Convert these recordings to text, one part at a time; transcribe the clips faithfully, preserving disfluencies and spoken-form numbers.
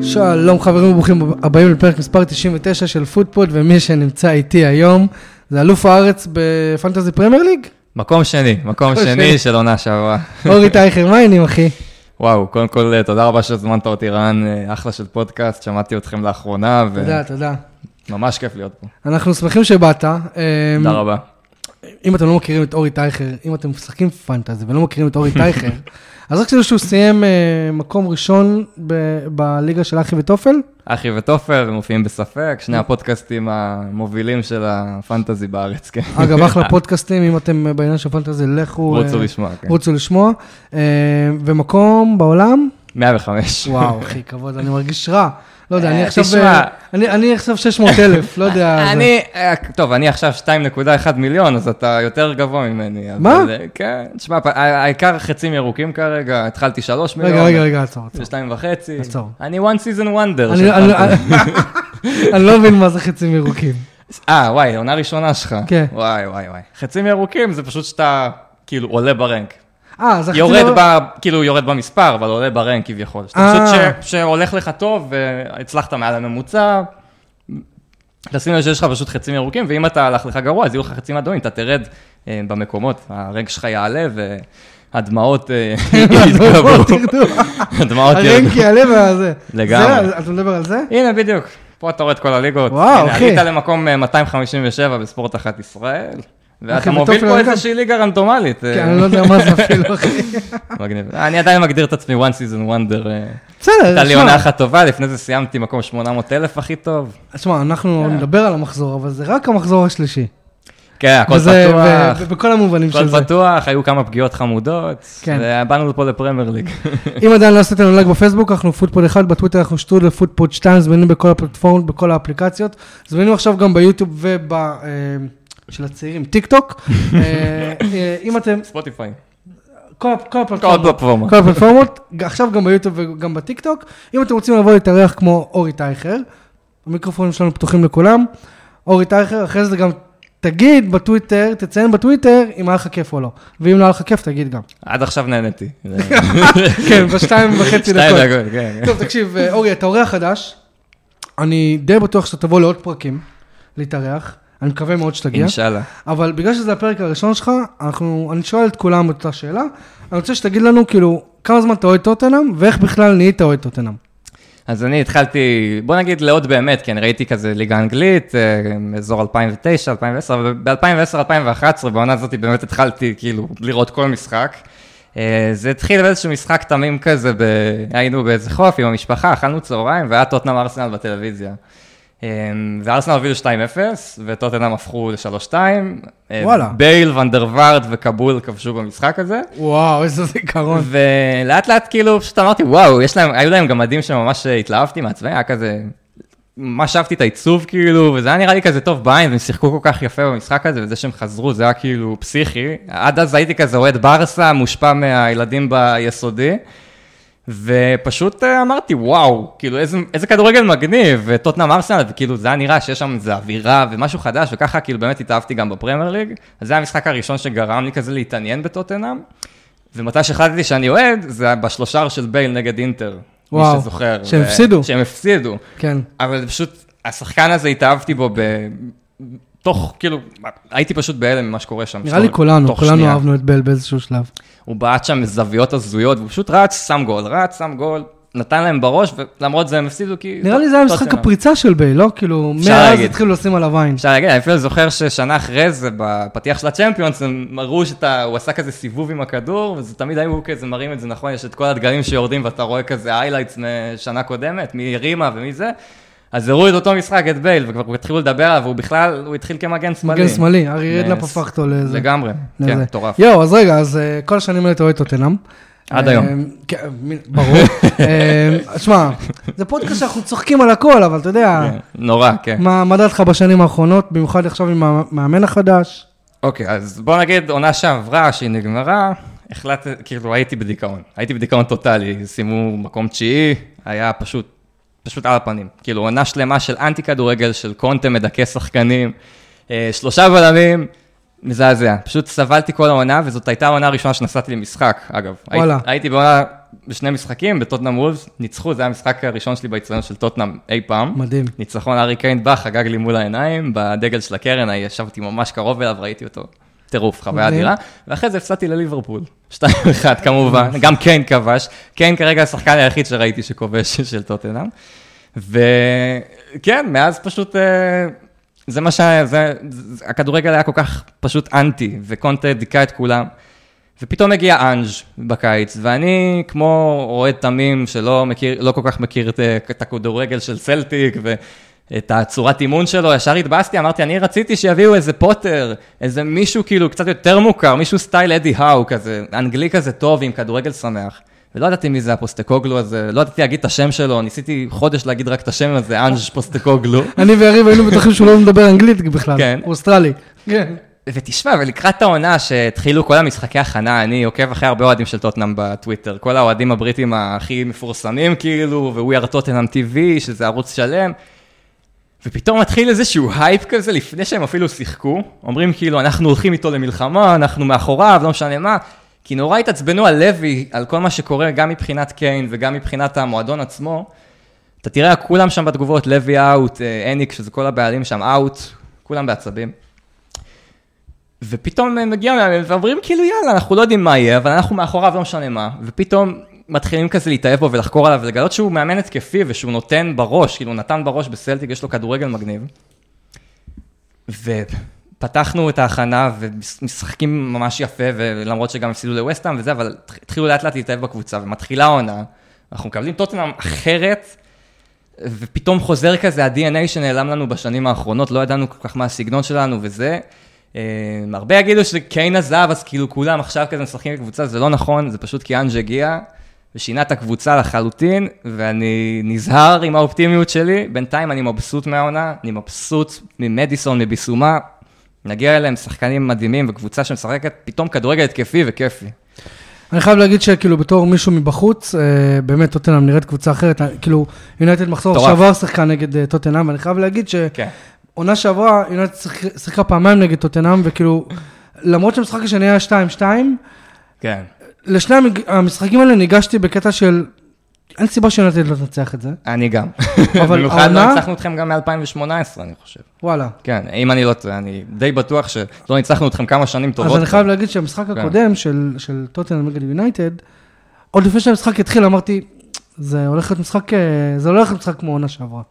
שלום חברים וברוכים הבאים לפרק מספר תשעים ותשע של פוטפוד, ומי שנמצא איתי היום זה אלוף הארץ בפנטזי פרמייר ליג? מקום שני, מקום שני של עונה שעברה. אורי טייכר, מה העניינים אחי? וואו, קודם כל תודה רבה שהזמנת אותי רן, אחלה של פודקאסט, שמעתי אתכם לאחרונה. תודה, תודה. ממש כיף להיות פה. אנחנו שמחים שבאת. תודה רבה. אם אתם לא מכירים את אורי טייכר, אם אתם משחקים פנטזי ולא מכירים את אורי טייכר, אז רק תדעו שהוא סיים מקום ראשון בליגה של אחי וטופל. אחי וטופל, מופיעים בספק, שני הפודקאסטים המובילים של הפנטזי בארץ, כן. אגב, אחלה פודקאסטים, אם אתם בעניין של פנטזי, לכו... רוצו לשמוע, כן. רוצו לשמוע. ומקום בעולם? מאה וחמש. וואו, אחי, כבוד, אני מרגיש רע. לא יודע, אני עכשיו... אני עכשיו שש מאות אלף, לא יודע... אני... טוב, אני עכשיו שתיים נקודה אחת מיליון, אז אתה יותר גבוה ממני. מה? כן, תשמע, העיקר חצים ירוקים כרגע, התחלתי שלוש מיליון. רגע, רגע, רגע, עצור, עצור. שתיים וחצי. עצור. אני one season wonder. אני לא מבין מה זה חצים ירוקים. אה, וואי, עונה ראשונה שלך. כן. וואי, וואי, וואי. חצים ירוקים זה פשוט שאתה, כאילו, עולה ברנק. אה, זה חצים יורד ב... כאילו, יורד במספר, אבל עולה ברנק כביכול. שאתה פשוט שהולך לך טוב, והצלחת מעל הממוצע, תשים לב שיש לך פשוט חצים ירוקים, ואם אתה הלך לך גרוע, אז יהיו לך חצים אדומים, אתה תרד במקומות, הרנק שלך יעלה, והדמעות יתגברו. הדמעות ירדו. הרנק יעלה וזה. לגמרי. זה, אתה מדבר על זה? הנה, בדיוק. פה אתה רואה את כל הליגות. וואו, אחי. עלית למקום מאתיים חמישים ושבע בספורט אחת ישראל. ואתה מוביל פה איזושהי ליגה רנדומלית. כן, אני לא יודע מה זה אפילו, אחי. מגניב. אני עדיין מגדיר את עצמי one season wonder. בסדר, הייתה לי עונה אחת טובה, לפני זה סיימתי מקום שמונה מאות אלף הכי טוב. תשמע, אנחנו נדבר על המחזור, אבל זה רק המחזור השלישי. כן, הכל פתוח. ובכל המובנים של זה. הכל פתוח, היו כמה פגיעות חמודות. כן. ובאנו לפה לפרמייר ליג. אם עדיין לא עשיתם לנו לייק בפייסבוק, אנחנו פוטפוד אחד, בטוויטר אנחנו שטרודל פוטפוד שתיים, זמינים בכל הפלטפורמות, בכל האפליקציות. זמינים עכשיו גם ביוטיוב וב... של הצעירים, טיק טוק. אם אתם... ספוטיפיי. כל הפלטפורמות. כל הפלטפורמות, עכשיו גם ביוטיוב וגם בטיק טוק. אם אתם רוצים לבוא להתארח כמו אורי טייכר, המיקרופונים שלנו פתוחים לכולם, אורי טייכר, אחרי זה גם תגיד בטוויטר, תציין בטוויטר אם היה לך כיף או לא. ואם לא היה לך כיף, תגיד גם. עד עכשיו נהנתי. כן, בשתיים וחצי דקות. שתיים דקות, כן. טוב, תקשיב, אורי, אתה אורח חדש. אני די בטוח שאתה תבוא לעוד פרקים להתארח. אני מקווה מאוד שתגיע. אינשאללה. אבל בגלל שזה הפרק הראשון שלך, אנחנו, אני שואל את כולם את אותה שאלה. אני רוצה שתגיד לנו, כאילו, כמה זמן אתה אוהד טוטנהאם, ואיך בכלל נהיית אוהד טוטנהאם? אז אני התחלתי, בוא נגיד לעוד באמת, כי אני ראיתי כזה ליגה אנגלית, אזור אלפיים ותשע, אלפיים ועשר, וב-אלפיים ועשר אלפיים ואחת עשרה, בעונה הזאת באמת התחלתי כאילו לראות כל משחק. זה התחיל באיזשהו משחק תמים כזה, היינו באיזה חוף עם המשפחה, אכלנו צהריים, והיה טוטנהאם ארסנל בטלוויזיה. וארסנל הובילו שתיים אפס, וטוטנהאם הפכו ל-שלוש שתיים. וואלה. בייל, ונדרווארד וקבול כבשו במשחק הזה. וואו, איזה זיכרון. ולאט לאט כאילו פשוט אמרתי, וואו, יש להם, היו להם גם מדים שממש התלהבתי מעצמי, היה כזה, ממש אהבתי את העיצוב כאילו, וזה היה נראה לי כזה טוב בעין, והם שיחקו כל כך יפה במשחק הזה, וזה שהם חזרו, זה היה כאילו פסיכי. עד אז הייתי כזה אוהד ברסה, מושפע מהילדים ביסודי. ופשוט אמרתי, וואו, כאילו איזה, איזה כדורגל מגניב, וטוטנהאם ארסנל, וכאילו זה היה נראה שיש שם איזו אווירה ומשהו חדש, וככה כאילו באמת התאהבתי גם בפרמייר ליג, אז זה היה המשחק הראשון שגרם לי כזה להתעניין בטוטנהאם, ומתי שהחלטתי שאני אוהד, זה היה בשלושר של בייל נגד אינטר, וואו, מי שזוכר. שהם הפסידו. שהם הפסידו. כן. אבל פשוט, השחקן הזה התאהבתי בו ב... תוך, כאילו, הייתי פשוט בהלם ממה שקורה שם. נראה לי כולנו, כולנו אהבנו את בייל באיזשהו שלב. הוא בעט שם זוויות הזויות, והוא פשוט רץ, שם גול, רץ, שם גול, נתן להם בראש, ולמרות זה הם הפסידו כי... נראה לי זה היה משחק הפריצה של בייל, לא? כאילו, מאז התחילו לשים עליו עין. אפשר להגיד, אני אפילו זוכר ששנה אחרי זה, בפתיח של הצ'מפיונס, הם מראו שהוא עשה כזה סיבוב עם הכדור, וזה תמיד היו כזה מראים את זה, נכון? יש את כל הדגלים שיורדים, ואתה רואה כזה היילייטס משנה קודמת, מי רימה ומי זה. אז הראו את אותו משחק, את בייל, וכבר התחילו לדבר עליו, והוא בכלל, הוא התחיל כמגן שמאלי. מגן שמאלי, ארי רדנאפ הפך אותו לזה. לגמרי, כן, מטורף. יואו, אז רגע, אז כל השנים האלה אתה אוהד טוטנהאם. עד היום. כן, ברור. שמע, זה פודקאסט שאנחנו צוחקים על הכל, אבל אתה יודע... נורא, כן. מה דעתך בשנים האחרונות, במיוחד עכשיו עם המאמן החדש? אוקיי, אז בוא נגיד, עונה שעברה, שהיא נגמרה, החלטתי, כאילו, הייתי בדיכאון. הייתי בדיכאון טוטלי, שימו מקום תשיעי, היה פשוט פשוט על הפנים. כאילו, עונה שלמה של אנטי כדורגל, של קונטה מדכא שחקנים, שלושה בלמים, מזעזע. פשוט סבלתי כל העונה, וזאת הייתה העונה הראשונה שנסעתי למשחק, אגב. וואלה. הייתי בעונה בשני משחקים, בטוטנאם וולפס, ניצחו, זה היה המשחק הראשון שלי באצטדיון של טוטנאם אי פעם. מדהים. ניצחון ארי קיין בא, חגג לי מול העיניים, בדגל של הקרן, ישבתי ממש קרוב אליו, ראיתי אותו. טירוף, חוויה אדירה, ואחרי זה הפסדתי לליברפול, שתיים אחת כמובן, גם קיין כבש, קיין כרגע השחקן היחיד שראיתי שכובש של טוטנהאם, וכן, מאז פשוט, זה מה שהיה, הכדורגל היה כל כך פשוט אנטי, וקונטה דיכא את כולם, ופתאום הגיע אנג' בקיץ, ואני כמו אוהד תמים שלא מכיר, לא כל כך מכיר את הכדורגל של סלטיק, ו... את הצורת אימון שלו, ישר התבאסתי, אמרתי, אני רציתי שיביאו איזה פוטר, איזה מישהו כאילו קצת יותר מוכר, מישהו סטייל אדי האו, כזה, אנגלי כזה טוב עם כדורגל שמח. ולא ידעתי מי זה הפוסטקוגלו הזה, לא ידעתי להגיד את השם שלו, ניסיתי חודש להגיד רק את השם הזה, אנג' פוסטקוגלו. אני ויריב היינו בטוחים שהוא לא מדבר אנגלית בכלל, הוא אוסטרלי. ותשמע, ולקראת העונה שהתחילו כל המשחקי הכנה, אני עוקב אחרי הרבה אוהדים של טוטנאם בטוויטר, כל האוהדים הבריטים הכי מפורסמים כאילו, ו-We are Tottenham טי וי, שזה ערוץ שלם. ופתאום מתחיל איזשהו הייפ כזה, לפני שהם אפילו שיחקו, אומרים כאילו, אנחנו הולכים איתו למלחמה, אנחנו מאחוריו, לא משנה מה, כי נורא התעצבנו על לוי, על כל מה שקורה, גם מבחינת קיין וגם מבחינת המועדון עצמו, אתה תראה, כולם שם בתגובות, לוי אאוט, אניק, שזה כל הבעלים שם אאוט, כולם בעצבים. ופתאום הם מגיעים ואומרים כאילו, יאללה, אנחנו לא יודעים מה יהיה, אבל אנחנו מאחוריו, לא משנה מה, ופתאום מתחילים כזה להתאהב בו ולחקור עליו, ולגלות שהוא מאמן התקפי, ושהוא נותן בראש, כאילו נתן בראש בסלטיק, יש לו כדורגל מגניב. ופתחנו את ההכנה, ומשחקים ממש יפה, ולמרות שגם הפסידו לווסטהאם וזה, אבל התחילו לאט לאט להתאהב בקבוצה, ומתחילה העונה, אנחנו מקבלים טוטנהאם אחרת, ופתאום חוזר כזה ה-די אן איי שנעלם לנו בשנים האחרונות, לא ידענו כל כך מה הסגנון שלנו וזה. הרבה יגידו שקיין עזב, אז כאילו כולם עכשיו כזה משחקים בקבוצה, זה לא נכון, זה פשוט כי אנג' הגיע, ושינה את הקבוצה לחלוטין, ואני נזהר עם האופטימיות שלי, בינתיים אני מבסוט מהעונה, אני מבסוט ממדיסון, מביסומה, נגיע אליהם שחקנים מדהימים, וקבוצה שמשחקת פתאום כדורגל התקפי וכיפי. אני חייב להגיד שכאילו בתור מישהו מבחוץ, באמת טוטנהאם נראית קבוצה אחרת, כאילו יונייטד מחזור שעבר שחקן נגד טוטנהאם, ואני חייב להגיד שעונה שעברה יונייטד שיחקה פעמיים נגד טוטנהאם, וכאילו למרות שהמשחק השני היה שתיים שתיים, כן. לשני המשחקים האלה ניגשתי בקטע של, אין סיבה שיונייטד לא תנצח את זה. אני גם. במיוחד לא ניצחנו אתכם גם מ-אלפיים שמונה עשרה, אני חושב. וואלה. כן, אם אני לא טועה, אני די בטוח שלא ניצחנו אתכם כמה שנים טובות. אז אני חייב להגיד שהמשחק הקודם של טוטנהאם נגד יונייטד, עוד לפני שהמשחק התחיל, אמרתי, זה הולך להיות משחק, זה הולך להיות משחק כמו עונה שעברה.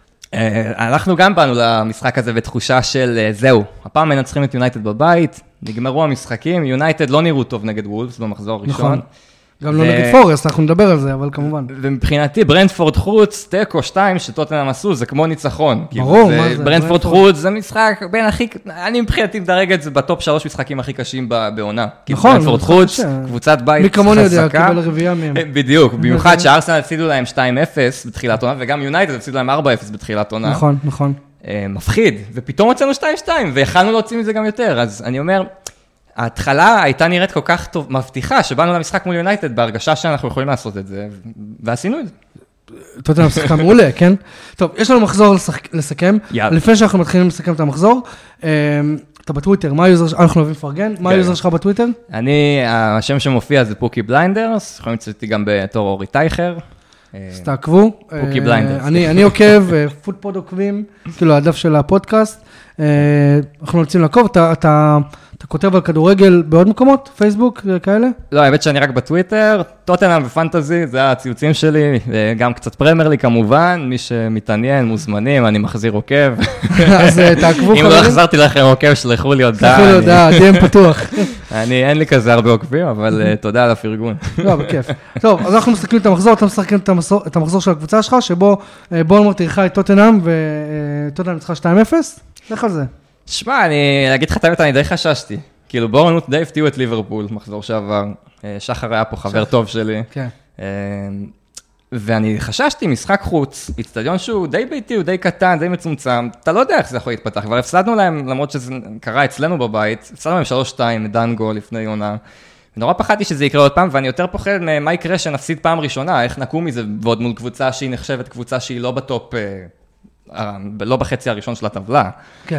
אנחנו גם באנו למשחק הזה בתחושה של זהו, הפעם מנצחים את יונייטד בבית, נגמרו המשחקים, יונייטד לא נראו טוב נגד וולפס במחזור הראשון. נכון, גם לא נגד פורסט, אנחנו נדבר על זה, אבל כמובן. ומבחינתי, ברנדפורד חוץ, טקו שתיים שטוטנהאם עשו, זה כמו ניצחון. ברור, מה זה? ברנדפורד חוץ זה משחק בין הכי, אני מבחינתי מדרג את זה בטופ שלוש משחקים הכי קשים בעונה. נכון. ברנדפורד חוץ, קבוצת בית חזקה. מי כמוני יודע, קיבל רביעייה מהם. בדיוק, במיוחד שארסנל הפסידו להם שתיים אפס בתחילת עונה, וגם יונייטד הפסידו להם ארבע אפס בתחילת עונה. נכון, נכון. מפחיד, ופתאום הוצאנו שתיים שתיים, ויכלנו להוציא מזה גם יותר. אז אני אומר, ההתחלה הייתה נראית כל כך טוב, מבטיחה, שבאנו למשחק מול יונייטד, בהרגשה שאנחנו יכולים לעשות את זה, ועשינו את זה. טוטנהאם משחקה מעולה, כן? טוב, יש לנו מחזור לסכם. לפני שאנחנו מתחילים לסכם את המחזור, אתה בטוויטר, מה היוזר, אנחנו אוהבים לפרגן, מה היוזר שלך בטוויטר? אני, השם שמופיע זה פוקי בליינדרס, יכולים לצאת אותי גם בתור אורי טייכר. אז תעקבו. פוקי בליינדרס. אני עוקב, פוטפוד עוקבים, כאילו הדף של הפודקאסט. אנחנו רוצים לעקוב, אתה... אתה כותב על כדורגל בעוד מקומות? פייסבוק, כאלה? לא, האמת שאני רק בטוויטר, טוטנהאם ופנטזי, זה הציוצים שלי, גם קצת פרמרלי כמובן, מי שמתעניין, מוזמנים, אני מחזיר עוקב. אז תעקבו חברים. אם לא החזרתי לכם עוקב, שלחו לי הודעה. שלחו לי הודעה, די הם פתוח. אני, אין לי כזה הרבה עוקבים, אבל תודה על הפרגון. לא, בכיף. טוב, אז אנחנו מסתכלים את המחזור, אתה מסתכלים את המחזור של הקבוצה שלך, שבו בורנמוט אירחה את טוטנהאם, וטוטנהאם ניצחה שתיים אפס, לך על זה. שמע, אני אגיד לך את האמת, אני די חששתי. כאילו בורנמוט די הפתיעו את ליברפול, מחזור שעבר. שחר היה פה חבר טוב שלי. כן. ואני חששתי, משחק חוץ, אצטדיון שהוא די ביתי, הוא די קטן, די מצומצם. אתה לא יודע איך זה יכול להתפתח. כבר הפסדנו להם, למרות שזה קרה אצלנו בבית, הפסדנו להם שלוש שתיים, דנגו לפני עונה. ונורא פחדתי שזה יקרה עוד פעם, ואני יותר פוחד מה יקרה שנפסיד פעם ראשונה, איך נקום מזה, ועוד מול קבוצה שהיא נחשבת קבוצה שהיא לא בטופ, לא בחצי הראשון של הטבלה. כן.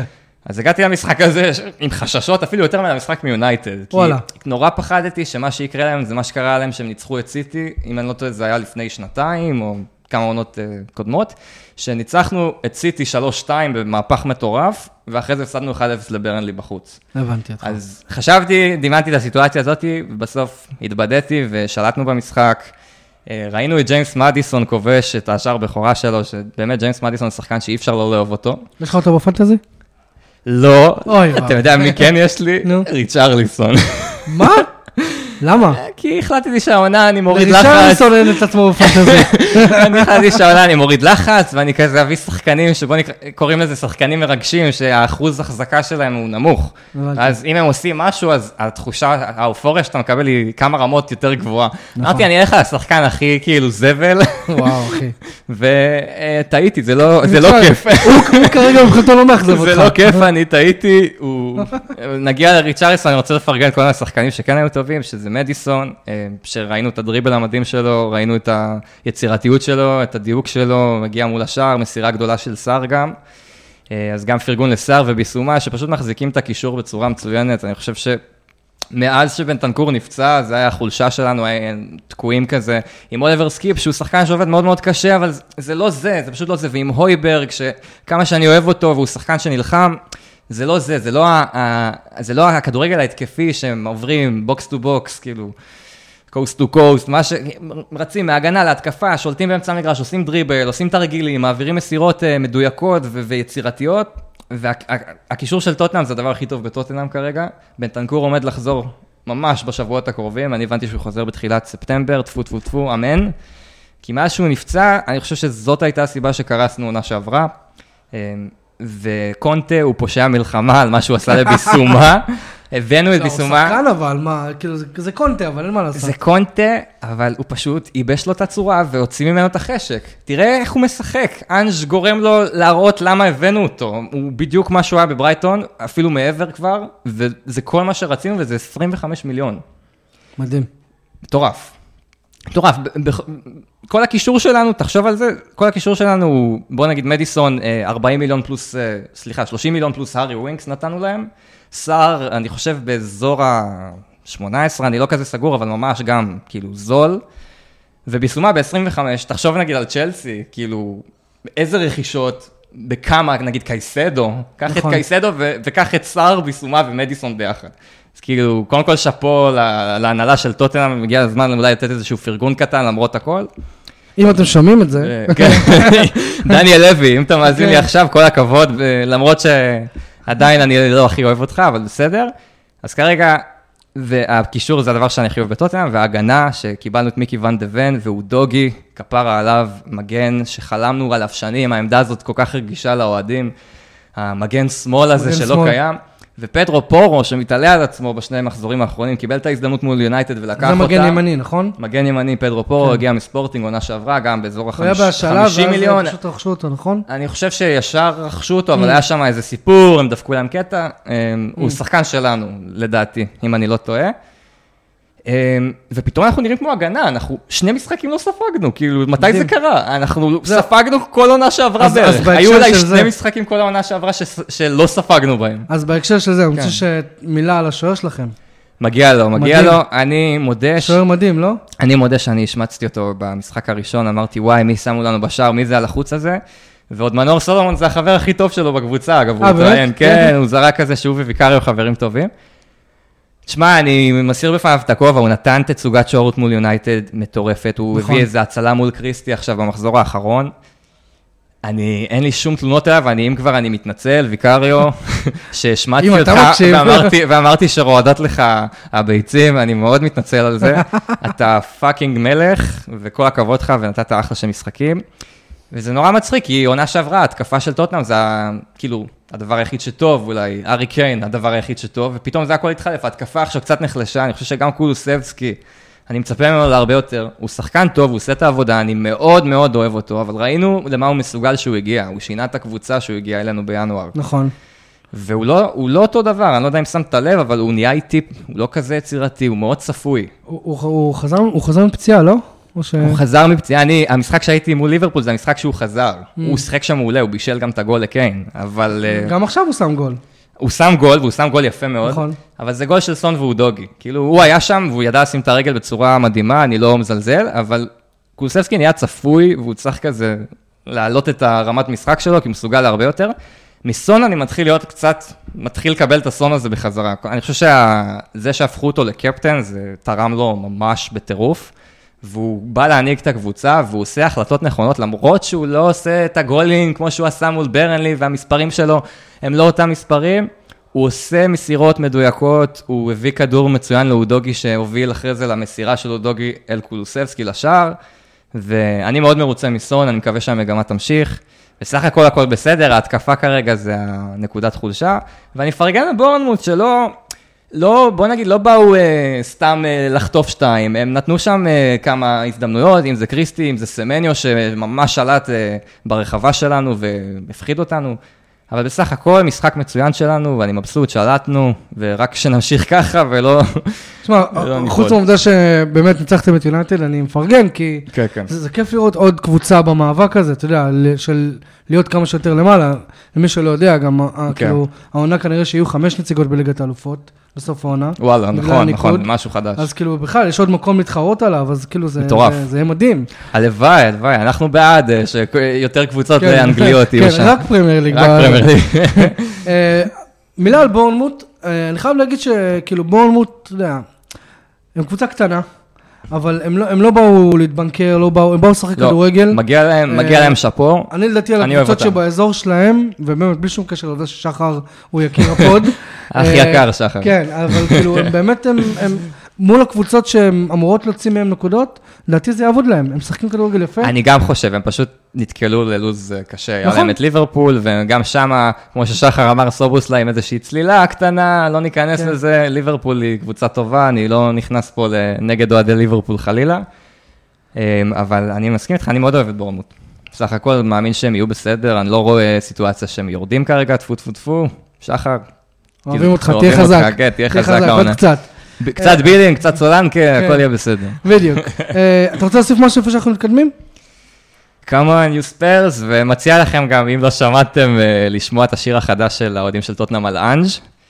אז הגעתי למשחק הזה עם חששות, אפילו יותר מהמשחק מיונייטד. וואלה. כי נורא פחדתי שמה שיקרה להם זה מה שקרה להם שהם ניצחו את סיטי, אם אני לא טועה זה היה לפני שנתיים או כמה עונות uh, קודמות, שניצחנו את סיטי שלוש שתיים במהפך מטורף, ואחרי זה הפסדנו אחד אפס לברנלי בחוץ. הבנתי אותך. אז חשבתי, דימנתי את הסיטואציה הזאת, ובסוף התבדיתי ושלטנו במשחק. ראינו את ג'יימס מדיסון כובש את השער בכורה שלו, שבאמת ג'יימס מדיסון שחקן שאי אפשר לא לאהוב אותו. יש לך אותו בפנטזי? לא, אוי, אתה יודע מי כן יש לי? ריצ'רליסון. מה? למה? כי החלטתי שהעונה אני מוריד לחץ. לריצ'רליסון אין את עצמו בפנטזי. אני החלטתי שהעונה אני מוריד לחץ, ואני כזה אביא שחקנים שבו קוראים לזה שחקנים מרגשים, שהאחוז החזקה שלהם הוא נמוך. אז אם הם עושים משהו, אז התחושה, האופוריה שאתה מקבל היא כמה רמות יותר גבוהה. אמרתי, אני אלך לשחקן הכי כאילו זבל. וואו, אחי. וטעיתי, זה לא כיף. הוא כרגע מבחינתו לא מאכזב אותך. זה לא כיף, אני טעיתי. נגיע לריצ'רליסון, אני רוצה לפרגן כל השחקנים שכן היו טובים, שזה מדיסון, שראינו את הדריבל המדהים שלו, ראינו את היצירתיות שלו, את הדיוק שלו, מגיע מול השער, מסירה גדולה של סער גם. אז גם פרגון לסער וביסומה, שפשוט מחזיקים את הקישור בצורה מצוינת. אני חושב שמאז שבנטנקור נפצע, זה היה החולשה שלנו, היה תקועים כזה, עם אוליבר סקיפ, שהוא שחקן שעובד מאוד מאוד קשה, אבל זה לא זה, זה פשוט לא זה. ועם הויברג, שכמה שאני אוהב אותו, והוא שחקן שנלחם, זה לא זה, זה לא, ה, זה לא הכדורגל ההתקפי שהם עוברים בוקס טו בוקס, כאילו, קוסט טו קוסט, מה שרצים מהגנה להתקפה, שולטים באמצע המגרש, עושים דריבל, עושים תרגילים, מעבירים מסירות מדויקות ו- ויצירתיות, והקישור של טוטנאם זה הדבר הכי טוב בטוטנאם כרגע. בנטנקור עומד לחזור ממש בשבועות הקרובים, אני הבנתי שהוא חוזר בתחילת ספטמבר, טפו טפו טפו, אמן. כי מאז שהוא נפצע, אני חושב שזאת הייתה הסיבה שקרסנו עונה שעברה. וקונטה הוא פושע מלחמה על מה שהוא עשה לביסומה, הבאנו את ביסומה. הוא שחקן אבל, מה, כאילו זה קונטה, אבל אין מה לעשות. זה קונטה, אבל הוא פשוט ייבש לו את הצורה והוציא ממנו את החשק. תראה איך הוא משחק, אנג' גורם לו להראות למה הבאנו אותו, הוא בדיוק מה שהוא היה בברייטון, אפילו מעבר כבר, וזה כל מה שרצינו וזה עשרים וחמישה מיליון. מדהים. מטורף. מטורף, כל הקישור שלנו, תחשוב על זה, כל הקישור שלנו הוא, בוא נגיד מדיסון, ארבעים מיליון פלוס, סליחה, שלושים מיליון פלוס הארי ווינקס נתנו להם, סער, אני חושב באזור ה-שמונה עשרה, אני לא כזה סגור, אבל ממש גם, כאילו, זול, וביסומה ב-עשרים וחמש, תחשוב נגיד על צ'לסי, כאילו, איזה רכישות, בכמה, נגיד קייסדו, קח את קייסדו וקח את סער, ביסומה ומדיסון ביחד. אז כאילו, קודם כל שפו להנהלה של טוטנהאם, מגיע הזמן אולי לתת איזשהו פרגון קטן למרות הכל. אם אתם שומעים את זה. דניאל לוי, אם אתה מאזין לי עכשיו, כל הכבוד, למרות שעדיין אני לא הכי אוהב אותך, אבל בסדר. אז כרגע, והקישור זה הדבר שאני הכי אוהב בטוטנהאם, וההגנה שקיבלנו את מיקי ון דה ון, והוא דוגי, כפרה עליו, מגן שחלמנו עליו שנים, העמדה הזאת כל כך רגישה לאוהדים, המגן שמאל הזה שלא קיים. ופדרו פורו, שמתעלה על עצמו בשני מחזורים האחרונים, קיבל את ההזדמנות מול יונייטד ולקח אותה. זה מגן ימני, נכון? מגן ימני, פדרו פורו, הגיע מספורטינג, עונה שעברה, גם באזור ה-חמישים מיליון. פשוט רכשו אותו, נכון? אני חושב שישר רכשו אותו, אבל היה שם איזה סיפור, הם דפקו להם קטע. הוא שחקן שלנו, לדעתי, אם אני לא טועה. ופתאום אנחנו נראים כמו הגנה, אנחנו שני משחקים לא ספגנו, כאילו, מתי זה קרה? אנחנו ספגנו כל עונה שעברה בערך. היו אולי שני משחקים כל העונה שעברה שלא ספגנו בהם. אז בהקשר של זה, אני רוצה שמילה על השוער שלכם. מגיע לו, מגיע לו, אני מודה... שוער מדהים, לא? אני מודה שאני השמצתי אותו במשחק הראשון, אמרתי, וואי, מי שמו לנו בשער, מי זה על החוץ הזה? ועוד מנור סולומון זה החבר הכי טוב שלו בקבוצה, אגב, הוא התראיין, כן, הוא זרק כזה שהוא וויקריו חברים טובים. תשמע, אני מסיר בפניו את הכובע, הוא נתן תצוגת שוערות מול יונייטד מטורפת, הוא הביא איזה הצלה מול קריסטי עכשיו במחזור האחרון. אני, אין לי שום תלונות אליו, אני, אם כבר אני מתנצל, ויקריו, שהשמעתי אותך, ואמרתי, ואמרתי שרועדות לך הביצים, אני מאוד מתנצל על זה. אתה פאקינג מלך, וכל הכבוד לך, ונתת אחלה של משחקים. וזה נורא מצחיק, כי עונה שעברה, התקפה של טוטנהאם, זה כאילו הדבר היחיד שטוב, אולי ארי קיין, הדבר היחיד שטוב, ופתאום זה הכל התחלף, ההתקפה עכשיו קצת נחלשה, אני חושב שגם קולוסבסקי, אני מצפה ממנו להרבה יותר, הוא שחקן טוב, הוא עושה את העבודה, אני מאוד מאוד אוהב אותו, אבל ראינו למה הוא מסוגל שהוא הגיע, הוא שינה את הקבוצה שהוא הגיע אלינו בינואר. נכון. והוא לא, הוא לא אותו דבר, אני לא יודע אם שמת לב, אבל הוא נהיה איתי, הוא לא כזה יצירתי, הוא מאוד צפוי. הוא, הוא, הוא חזר, הוא חזר מפציעה, לא? ש... הוא חזר מפציעה, אני, המשחק שהייתי מול ליברפול, זה המשחק שהוא חזר. Mm. הוא שחק שם מעולה, הוא בישל גם את הגול לקיין, אבל... גם עכשיו הוא שם גול. הוא שם גול, והוא שם גול יפה מאוד, נכון. אבל זה גול של סון והוא דוגי. כאילו, הוא היה שם, והוא ידע לשים את הרגל בצורה מדהימה, אני לא מזלזל, אבל קולוסבסקי נהיה צפוי, והוא צריך כזה להעלות את הרמת משחק שלו, כי הוא מסוגל להרבה יותר. מסון אני מתחיל להיות קצת, מתחיל לקבל את הסון הזה בחזרה. אני חושב שזה שהפכו אותו לקפטן, זה תרם לו ממש בטירוף, והוא בא להנהיג את הקבוצה, והוא עושה החלטות נכונות, למרות שהוא לא עושה את הגולים כמו שהוא עשה מול ברנלי, והמספרים שלו הם לא אותם מספרים, הוא עושה מסירות מדויקות, הוא הביא כדור מצוין לאודוגי, שהוביל אחרי זה למסירה של אודוגי אל קולוסבסקי לשער, ואני מאוד מרוצה מסון, אני מקווה שהמגמה תמשיך, בסך הכל הכל בסדר, ההתקפה כרגע זה הנקודת חולשה, ואני מפרגן לבורנמוט שלא, לא, בוא נגיד, לא באו אה, סתם אה, לחטוף שתיים, הם נתנו שם אה, כמה הזדמנויות, אם זה קריסטי, אם זה סמניו, שממש שלט אה, ברחבה שלנו והפחיד אותנו, אבל בסך הכל משחק מצוין שלנו, ואני מבסוט, שלטנו, ורק שנמשיך ככה ולא... תשמע, חוץ מהעובדה שבאמת ניצחתם את יונייטד, אני מפרגן, כי כן, כן. זה, זה כיף לראות עוד קבוצה במאבק הזה, אתה יודע, של להיות כמה שיותר למעלה, למי שלא יודע, גם כן. כאילו, העונה כנראה שיהיו חמש נציגות בליגת האלופות, בסוף העונה. וואלה, נכון, נכון, משהו חדש. אז כאילו, בכלל, יש עוד מקום להתחרות עליו, אז כאילו, זה, זה, זה יהיה מדהים. הלוואי, הלוואי, אנחנו בעד שיותר קבוצות כן, אנגליות יהיו כן, שם. כן, רק פרמייר ליג. רק פרמייר ליג. מילה על בורנמוט, אני חייב להגיד שכאילו בורנמוט, אתה יודע, הם קבוצה קטנה, אבל הם לא, הם לא באו להתבנקר, לא באו, הם באו לשחק לא, כדורגל. מגיע להם, מגיע להם שפור. אני לדעתי על הקבוצות שבאזור שלהם, ובאמת בלי שום קשר לעובדה ששחר הוא יקיר הפוד. הכי יקר שחר. כן, אבל כאילו, הם באמת, הם, הם מול הקבוצות שהן אמורות להוציא מהם נקודות, לדעתי זה יעבוד להם, הם משחקים כדורגל יפה. אני גם חושב, הם פשוט נתקלו ללוז קשה, היה להם את ליברפול, וגם שם, כמו ששחר אמר, סובוס להם איזושהי צלילה קטנה, לא ניכנס לזה, ליברפול היא קבוצה טובה, אני לא נכנס פה נגד אוהדי ליברפול חלילה, אבל אני מסכים איתך, אני מאוד אוהב את בורנמוט. בסך הכל מאמין שהם יהיו בסדר, אני לא רואה סיטואציה שהם יורדים כרגע, טפו טפו טפו, שחר. אוהבים אותך, תהיה חזק. תהיה חזק, עוד קצת. קצת בילינג, קצת סולנקה, הכל יהיה בסדר. בדיוק. אתה רוצה להוסיף משהו איפה שאנחנו מתקדמים? כמה ניו ספיירס, ומציע לכם גם, אם לא שמעתם, לשמוע את השיר החדש של האוהדים של טוטנהאם על אנג',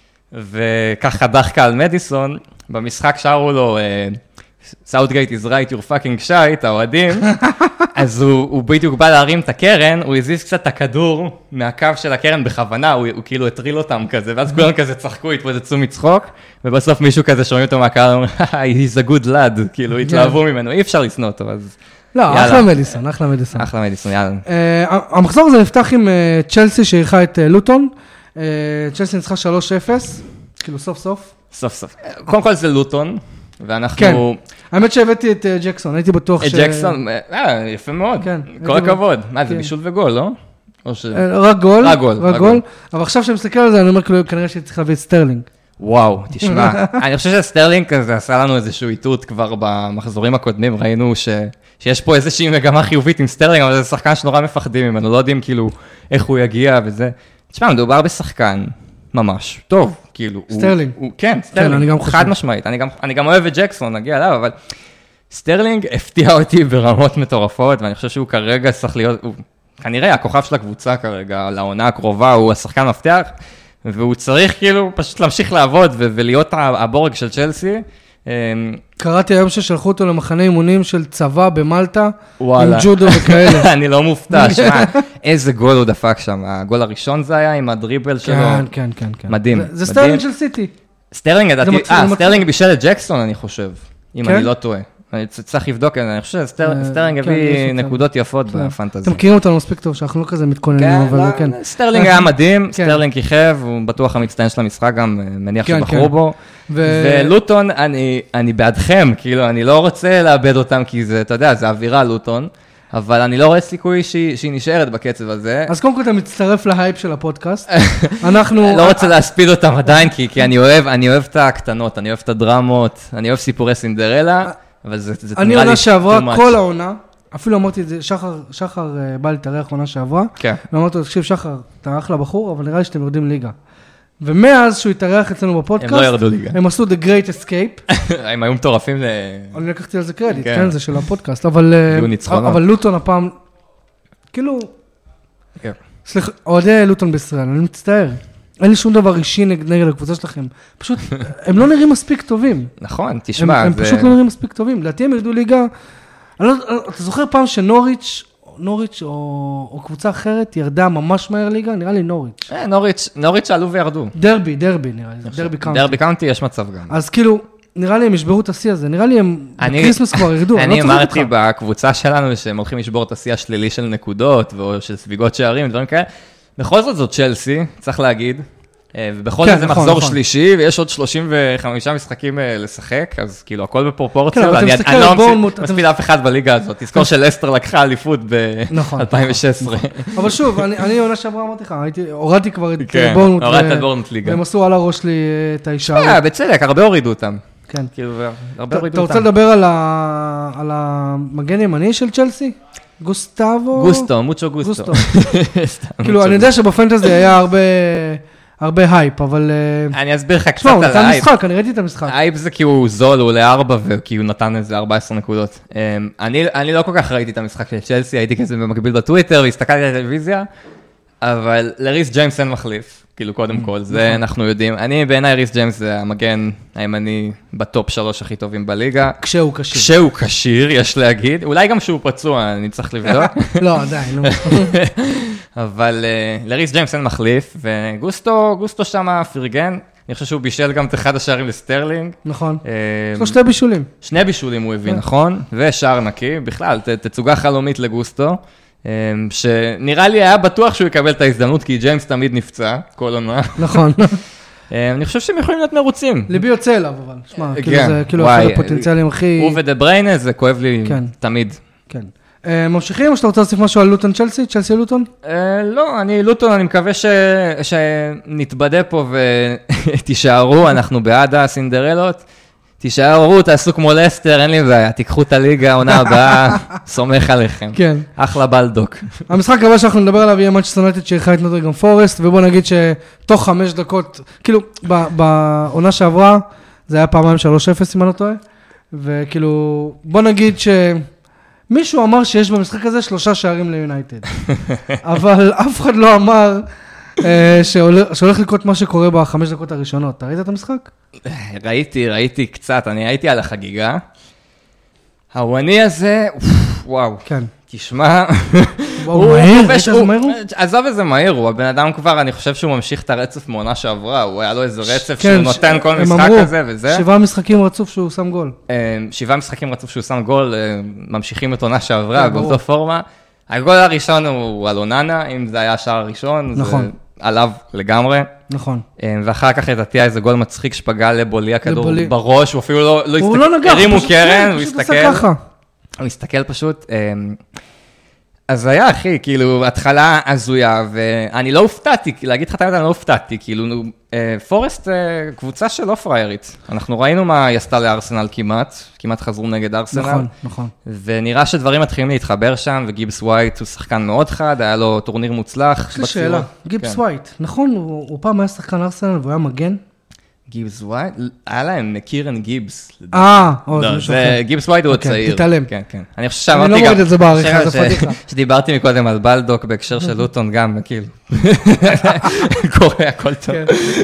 וככה דחקה על מדיסון, במשחק שרו לו, Southgate is right, you're fucking shite, האוהדים, אז הוא, הוא בדיוק בא להרים את הקרן, הוא הזיז קצת את הכדור מהקו של הקרן בכוונה, הוא, הוא כאילו הטריל אותם כזה, ואז כולם כזה צחקו, התפוצצו מצחוק, ובסוף מישהו כזה שומעים אותו מהקהל, אומר, he's a good lad, כאילו התלהבו ממנו, אי אפשר לשנוא אותו, אז... לא, אחלה מדיסון, אחלה מדיסון. אחלה מדיסון, יאללה. המחזור הזה נפתח עם צ'לסי שאירחה את לוטון, צ'לסי ניצחה שלוש אפס, כאילו סוף סוף. סוף סוף. קודם כל זה לוטון, ואנחנו... האמת שהבאתי את ג'קסון, הייתי בטוח ש... את ג'קסון, אה, יפה מאוד, כל הכבוד. מה, זה בישול וגול, לא? רק גול, רק גול, רק גול. אבל עכשיו שאני מסתכל על זה, אני אומר, כנראה שצריך להביא את סטרלינג. וואו, תשמע, אני חושב שסטרלינג כזה עשה לנו איזשהו איתות כבר במחזורים הקודמים, ראינו שיש פה איזושהי מגמה חיובית עם סטרלינג, אבל זה שחקן שנורא מפחדים ממנו, לא יודעים כאילו איך הוא יגיע וזה. תשמע, מדובר בשחקן ממש טוב, כאילו. סטרלינג. כן, סטרלינג, חד משמעית. אני גם אוהב את ג'קסון, נגיע אליו, אבל סטרלינג הפתיע אותי ברמות מטורפות, ואני חושב שהוא כרגע צריך להיות, כנראה הכוכב של הקבוצה כרגע, לעונה הקרובה, הוא השחקן מפתח, והוא צריך כאילו פשוט להמשיך לעבוד ולהיות הבורג של צ'לסי. קראתי היום ששלחו אותו למחנה אימונים של צבא במלטה, עם ג'ודו וכאלה. אני לא מופתע, שמע, איזה גול הוא דפק שם. הגול הראשון זה היה עם הדריבל שלו. כן, כן, כן. מדהים. זה סטרלינג של סיטי. סטרלינג, אה, סטרלינג בישל את ג'קסון, אני חושב, אם אני לא טועה. אני צריך לבדוק, אני חושב שסטרלינג הביא נקודות יפות בפנטזיה. אתם מכירים אותנו מספיק טוב, שאנחנו לא כזה מתכוננים, אבל כן. סטרלינג היה מדהים, סטרלינג כיכב, הוא בטוח המצטיין של המשחק, גם מניח שבחרו בו. ולוטון, אני בעדכם, כאילו, אני לא רוצה לאבד אותם, כי זה, אתה יודע, זה אווירה לוטון, אבל אני לא רואה סיכוי שהיא נשארת בקצב הזה. אז קודם כל אתה מצטרף להייפ של הפודקאסט. אנחנו... לא רוצה להספיד אותם עדיין, כי אני אוהב, אני אוהב את הקטנות, אני אוהב את הדרמות, אני אוהב סיפורי סינדרלה. אבל זה, זה אני עונה שעברה, כל העונה, אפילו אמרתי את זה, שחר, שחר בא להתארח עונה שעברה, כן. ואמרתי לו, תקשיב שחר, אתה אחלה בחור, אבל נראה לי שאתם יורדים ליגה. ומאז שהוא התארח אצלנו בפודקאסט, הם לא ירדו ליגה. הם עשו The Great Escape. הם היו מטורפים ל... אני לקחתי על זה קרדיט, כן, זה של הפודקאסט, אבל, אבל לוטון הפעם, כאילו, סליחה, אוהדי לוטון בישראל, אני מצטער. אין לי שום דבר אישי נגד הקבוצה שלכם. פשוט, הם לא נראים מספיק טובים. נכון, תשמע. הם פשוט לא נראים מספיק טובים. לדעתי הם ירדו ליגה, אתה זוכר פעם שנוריץ' נוריץ' או קבוצה אחרת ירדה ממש מהר ליגה? נראה לי נוריץ'. נוריץ', נוריץ' עלו וירדו. דרבי, דרבי נראה לי, דרבי קאונטי. דרבי קאונטי יש מצב גם. אז כאילו, נראה לי הם ישברו את השיא הזה, נראה לי הם בקריסמס כבר ירדו. אני אמרתי בקבוצה שלנו שהם הולכים לשבור את השיא השלילי של נקודות, או של סביגות שערים, דברים כאלה. בכל זאת זאת צ'לסי, צריך להגיד. ובכל זאת זה מחזור שלישי, ויש עוד שלושים וחמישה משחקים לשחק, אז כאילו הכל בפרופורציה. אני לא מספיד אף אחד בליגה הזאת. תזכור שלסטר לקחה אליפות ב-אלפיים ושש עשרה. אבל שוב, אני עונה שעברה אמרתי לך, הורדתי כבר את בורנמוט. הורדת את בורנמוט ליגה. והם עשו על הראש לי את האישה. בצדק, הרבה הורידו אותם. כן. הרבה הורידו אותם. אתה רוצה לדבר על המגן ימני של צ'לסי? גוסטאבו? גוסטו, מוצ'ו גוסטו. כאילו, אני יודע שבפנטזי היה הרבה... הרבה הייפ, אבל... אני אסביר לך קצת על הייפ. משחק, אני ראיתי את המשחק. הייפ זה כי הוא זול, הוא עולה ארבע, וכי הוא נתן איזה ארבע עשרה נקודות. אני לא כל כך ראיתי את המשחק של צ'לסי, הייתי כזה במקביל בטוויטר, והסתכלתי על הטלוויזיה, אבל לריס ג'יימס אין מחליף, כאילו קודם כל, זה אנחנו יודעים. אני בעיניי ריס ג'יימס זה המגן הימני בטופ שלוש הכי טובים בליגה. כשהוא קשיר. כשהוא קשיר, יש להגיד. אולי גם שהוא פצוע, אני צריך לבדוק. לא, עדיין, לא. אבל לריס ג'יימס אין מחליף, וגוסטו, גוסטו שם פרגן. אני חושב שהוא בישל גם את אחד השערים לסטרלינג. נכון. יש לו שני בישולים. שני בישולים הוא הביא, נכון? ושער נקי. בכלל, תצוגה חלומית לגוסטו. שנראה לי היה בטוח שהוא יקבל את ההזדמנות, כי ג'יימס תמיד נפצע, כל עונה. נכון. אני חושב שהם יכולים להיות מרוצים. ליבי יוצא אליו, אבל, שמע, זה כאילו אחד הפוטנציאלים הכי... הוא ודה בריינה, זה כואב לי תמיד. כן. ממשיכים, או שאתה רוצה להוסיף משהו על לוטון צ'לסי? צ'לסי לוטון? לא, אני לוטון, אני מקווה שנתבדה פה ותישארו, אנחנו בעד הסינדרלות. תישארו, תעשו כמו לסטר, אין לי בעיה, תיקחו את הליגה, העונה הבאה, סומך עליכם. כן. אחלה בלדוק. המשחק הבא שאנחנו נדבר עליו יהיה מנצ'סטר יונייטד שאירחה את נוטינגהאם פורסט, ובוא נגיד שתוך חמש דקות, כאילו, בעונה שעברה, זה היה פעמיים שלוש אפס, אם אני לא טועה, וכאילו, בוא נגיד שמישהו אמר שיש במשחק הזה שלושה שערים ליונייטד, אבל אף אחד לא אמר שהולך לקרות מה שקורה בחמש דקות הראשונות. אתה ראית את המשחק? ראיתי, ראיתי קצת, אני הייתי על החגיגה. הוואני הזה, וואו. כן. תשמע, הוא מהיר, איזה מהיר הוא? עזוב איזה מהיר הוא, הבן אדם כבר, אני חושב שהוא ממשיך את הרצף מעונה שעברה, הוא היה לו איזה רצף שהוא נותן כל משחק כזה וזה. שבעה משחקים רצוף שהוא שם גול. שבעה משחקים רצוף שהוא שם גול, ממשיכים את עונה שעברה, באותו פורמה. הגול הראשון הוא על אוננה, אם זה היה השער הראשון, זה עליו לגמרי. נכון. ואחר כך לדעתי איזה גול מצחיק שפגע לבולי הכדור בראש, הוא אפילו לא הסתכל. הוא לא נגח, הרימו קרן, הוא פשוט עשה ככה. הוא הסתכל פשוט. אז היה, אחי, כאילו, התחלה הזויה, ואני לא הופתעתי, להגיד לך את האמת, אני לא הופתעתי, כאילו, פורסט קבוצה של לא פריירית. אנחנו ראינו מה היא עשתה לארסנל כמעט, כמעט חזרו נגד ארסנל. נכון, נכון. ונראה שדברים מתחילים להתחבר שם, וגיבס ווייט הוא שחקן מאוד חד, היה לו טורניר מוצלח. יש לי שאלה, גיבס ווייט, נכון, הוא פעם היה שחקן ארסנל והוא היה מגן? גיבס ווייט? היה להם קירן גיבס. אה, זה גיבס ווייט הוא הצעיר. תתעלם. כן, כן. אני חושב שאמרתי גם... אני לא מוריד את זה בעריכה, זה פתיחה. שדיברתי מקודם על בלדוק בהקשר של לוטון גם, כאילו. קורה, הכל טוב.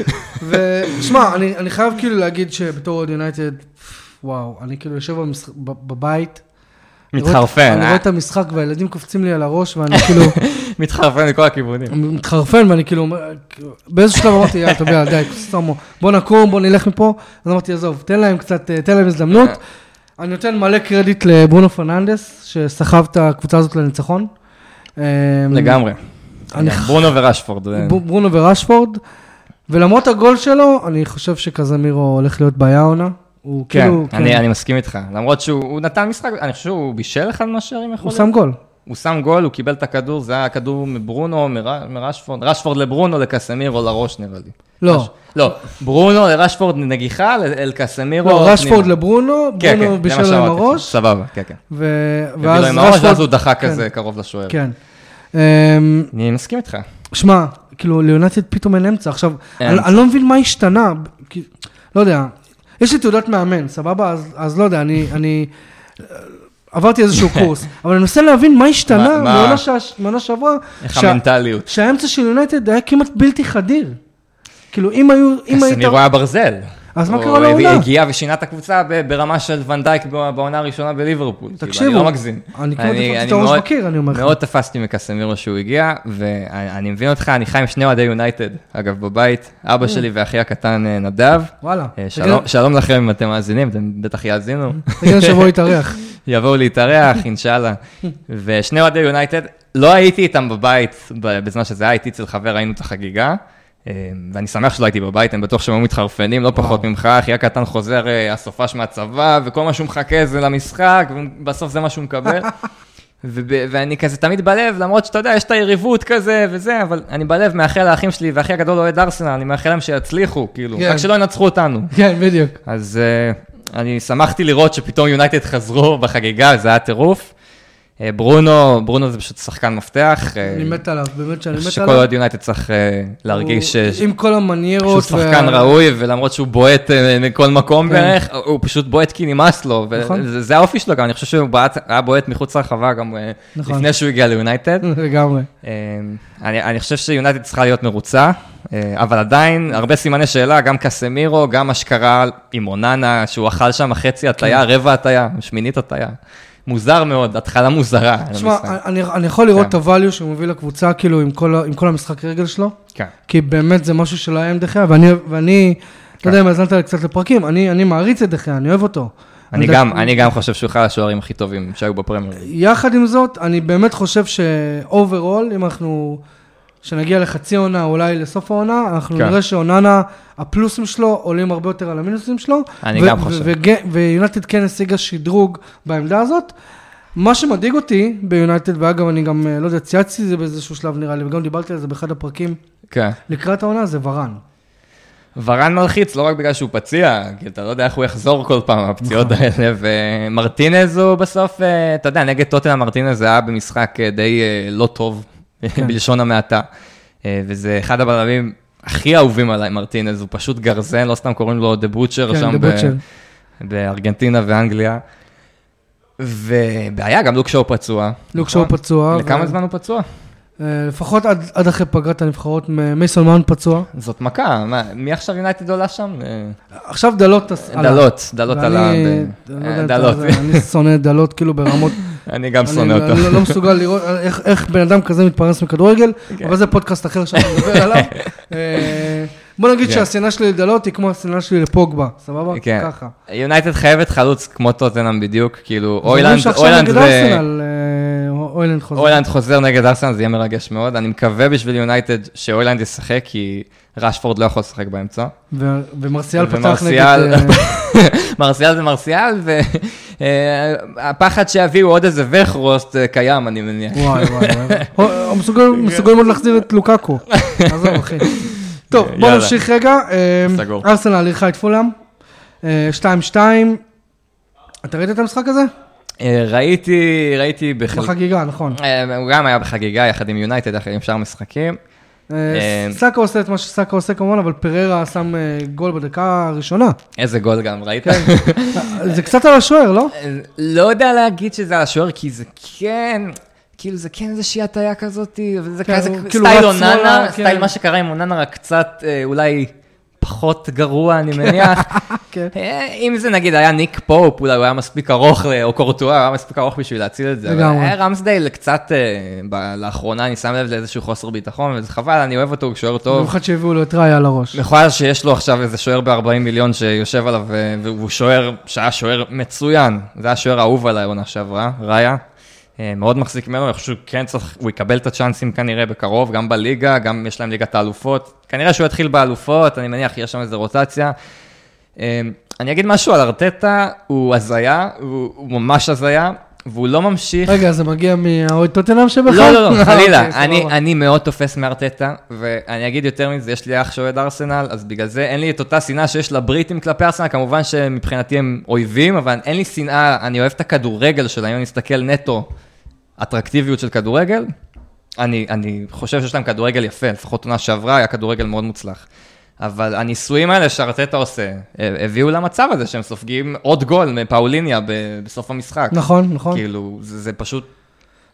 ושמע, אני חייב כאילו להגיד שבתור עוד יונייטד, וואו, אני כאילו יושב בבית, מתחרפן. אני רואה את המשחק והילדים קופצים לי על הראש ואני כאילו... מתחרפן מכל הכיוונים. מתחרפן ואני כאילו... באיזשהו שלב אמרתי, יאללה, טוב, יאללה, די, בוא נקום, בוא נלך מפה. אז אמרתי, עזוב, תן להם קצת, תן להם הזדמנות. אני נותן מלא קרדיט לברונו פרננדס, שסחב את הקבוצה הזאת לניצחון. לגמרי. ברונו ורשפורד. ברונו ורשפורד. ולמרות הגול שלו, אני חושב שקזמירו הולך להיות בעיה עונה. כן, אני מסכים איתך. למרות שהוא נתן משחק, אני חושב שהוא בישל אחד מהשערים יכול להיות. הוא שם גול. הוא שם גול, הוא קיבל את הכדור, זה היה כדור מברונו, מרשפורד, רשפורד לברונו, לקסמירו, לראש נראה לי. לא. לא, ברונו לרשפורד נגיחה, אל קסמירו. לא, רשפורד לברונו, ברונו בישל עם הראש. סבבה, כן, כן. ואז עם הראש, ואז הוא דחה כזה קרוב לשוער. כן. אני מסכים איתך. שמע, כאילו, ליונטד פתאום אין אמצע. עכשיו, אני לא מבין מה השתנה, לא יודע, יש לי תעודת מאמן, סבבה? אז, אז לא יודע, אני, אני עברתי איזשהו קורס, אבל אני מנסה להבין מה השתנה מעונה שעברה. איך המנטליות. שהאמצע של יונייטד היה כמעט בלתי חדיר. כאילו, אם היו... קסמירו היה ברזל. אז מה קרה לעונה? הוא הגיע ושינה את הקבוצה ברמה של ונדייק בעונה הראשונה בליברפול. תקשיבו, אני לא מגזים. אני כמו תפסתי את הראש בקיר, אני אומר לך. מאוד תפסתי מקסמירו שהוא הגיע, ואני מבין אותך, אני חי עם שני אוהדי יונייטד, אגב, בבית, אבא שלי ואחי הקטן נדב. וואלה. שלום לכם אם אתם מאזינים, אתם בטח יאזינו. תגיד שבואו להתארח. יבואו להתארח, אינשאללה. ושני אוהדי יונייטד, לא הייתי איתם בבית, בזמן שזה היה, הייתי אצל חבר, ראינו את החגיגה. ואני שמח שלא הייתי בבית, אני בטוח שהם היו מתחרפנים, לא פחות ממך, אחי הקטן חוזר הסופש מהצבא, וכל מה שהוא מחכה זה למשחק, ובסוף זה מה שהוא מקבל. ואני כזה תמיד בלב, למרות שאתה יודע, יש את היריבות כזה וזה, אבל אני בלב מאחל לאחים שלי, ואחי הגדול אוהד ארסנל, אני מאחל להם שיצליחו, כאילו, רק שלא ינצחו אותנו. כן, בדיוק. אז אני שמחתי לראות שפתאום יונייטד חזרו בחגיגה, זה היה טירוף. ברונו, ברונו זה פשוט שחקן מפתח. אני מת עליו, באמת שאני מת עליו. שכל עוד יונייטד צריך להרגיש עם כל המניירות. שהוא שחקן ראוי, ולמרות שהוא בועט מכל מקום בערך, הוא פשוט בועט כי נמאס לו, וזה האופי שלו גם, אני חושב שהוא היה בועט מחוץ לרחבה גם לפני שהוא הגיע ליונייטד. לגמרי. אני חושב שיונייטד צריכה להיות מרוצה, אבל עדיין הרבה סימני שאלה, גם קסמירו, גם השקרה עם אוננה, שהוא אכל שם חצי הטיה, רבע הטיה, שמינית הטיה. מוזר מאוד, התחלה מוזרה. תשמע, אני, אני יכול לראות את הvalue שהוא מביא לקבוצה, כאילו, עם כל, עם כל המשחק רגל שלו. כן. כי באמת זה משהו שלא היה עם דחיה, ואני, ואני, לא יודע אם הזנת קצת לפרקים, אני, אני מעריץ את דחיה, אני אוהב אותו. אני גם, אני גם חושב שהוא אחד השוערים הכי טובים שהיו בפרמייר. יחד עם זאת, אני באמת חושב שאוברול, אם אנחנו, שנגיע לחצי עונה, אולי לסוף העונה, אנחנו נראה שאוננה, הפלוסים שלו עולים הרבה יותר על המינוסים שלו. אני גם חושב. ויונייטד כן השיגה שדרוג בעמדה הזאת. מה שמדאיג אותי ביונייטד, ואגב אני גם, לא יודע, צייצתי זה באיזשהו שלב נראה לי, וגם דיברתי על זה באחד הפרקים, לקראת העונה, זה ורן. ורן מלחיץ, לא רק בגלל שהוא פציע, כי אתה לא יודע איך הוא יחזור כל פעם, הפציעות האלה, ומרטינז הוא בסוף, אתה יודע, נגד טוטנהאם מרטינז זה היה במשחק די לא טוב, בלשון המעטה, וזה אחד הבלמים הכי אהובים עליי, מרטינז, הוא פשוט גרזן, לא סתם קוראים לו דה בוטשר, שם בארגנטינה ואנגליה, ובעיה, גם לוק שואו פצוע. לוק שואו פצוע. לכמה זמן הוא פצוע? לפחות עד אחרי פגרת הנבחרות, מייסון מאונט פצוע. זאת מכה, מי עכשיו יונייטד עולה שם? עכשיו דלות עלה. דלות, דלות עלה. דלות. אני שונא דלות כאילו ברמות. אני גם שונא אותו. אני לא מסוגל לראות איך בן אדם כזה מתפרנס מכדורגל, אבל זה פודקאסט אחר שאני מדבר עליו. בוא נגיד שהסצנה שלי לדלות היא כמו הסצנה שלי לפוגבה, סבבה? ככה. יונייטד חייבת חלוץ כמו טוטנהאם בדיוק, כאילו אוילנד אוילנד חוזר נגד ארסנל, זה יהיה מרגש מאוד. אני מקווה בשביל יונייטד שאוילנד ישחק, כי רשפורד לא יכול לשחק באמצע. ומרסיאל פתח נגד... מרסיאל זה מרסיאל, והפחד שיביאו עוד איזה וחרוסט קיים, אני מניח. וואי וואי. מסוגל מאוד להחזיר את לוקאקו. עזוב אחי. טוב, בוא נמשיך רגע. ארסנל הליכה את פולאם. שתיים שתיים. אתה ראית את המשחק הזה? ראיתי, ראיתי בחגיגה, נכון. הוא גם היה בחגיגה יחד עם יונייטד, יחד עם שאר משחקים. סאקה עושה את מה שסאקה עושה כמובן, אבל פררה שם גול בדקה הראשונה. איזה גול גם, ראית? זה קצת על השוער, לא? לא יודע להגיד שזה על השוער, כי זה כן... כאילו זה כן איזושהי הטיה כזאת, וזה כזה סטייל אוננה, סטייל מה שקרה עם אוננה, רק קצת אולי פחות גרוע, אני מניח. אם זה נגיד היה ניק פופ, אולי הוא היה מספיק ארוך, או קורטואה, הוא היה מספיק ארוך בשביל להציל את זה. רמסדייל קצת, לאחרונה אני שם לב לאיזשהו חוסר ביטחון, וזה חבל, אני אוהב אותו, הוא שוער טוב. במיוחד שהביאו לו את ראיה על הראש. במיוחד שיש לו עכשיו איזה שוער ב-ארבעים מיליון שיושב עליו, והוא שוער, שהיה שוער מצוין. זה היה שוער אהוב עליי עונה שעברה, ראיה. מאוד מחזיק ממנו, אני חושב שהוא כן צריך, הוא יקבל את הצ'אנסים כנראה בקרוב, גם בליגה, גם יש להם ליגת האלופות. כנראה שהוא יתחיל באלופות, אני מניח, יש שם איזו רוטציה. אני אגיד משהו על ארטטה, הוא הזיה, הוא, הוא ממש הזיה, והוא לא ממשיך... רגע, זה מגיע מהאוהד טוטנהאם שבך? לא, לא, לא, חלילה. אני, אני מאוד תופס מארטטה, ואני אגיד יותר מזה, יש לי אח שאוהד ארסנל, אז בגלל זה אין לי את אותה שנאה שיש לבריטים כלפי ארסנל, כמובן שמבחינתי הם אויבים, אבל אין לי שנאה, אני אוהב את הכדורגל שלהם, אני מסתכל נטו, אטרקטיביות של כדורגל, אני, אני חושב שיש להם כדורגל יפה, לפחות עונה שעברה, היה כדורגל מאוד מוצלח. אבל הניסויים האלה שארטטה עושה, הביאו למצב הזה שהם סופגים עוד גול מפאוליניה בסוף המשחק. נכון, נכון. כאילו, זה, זה פשוט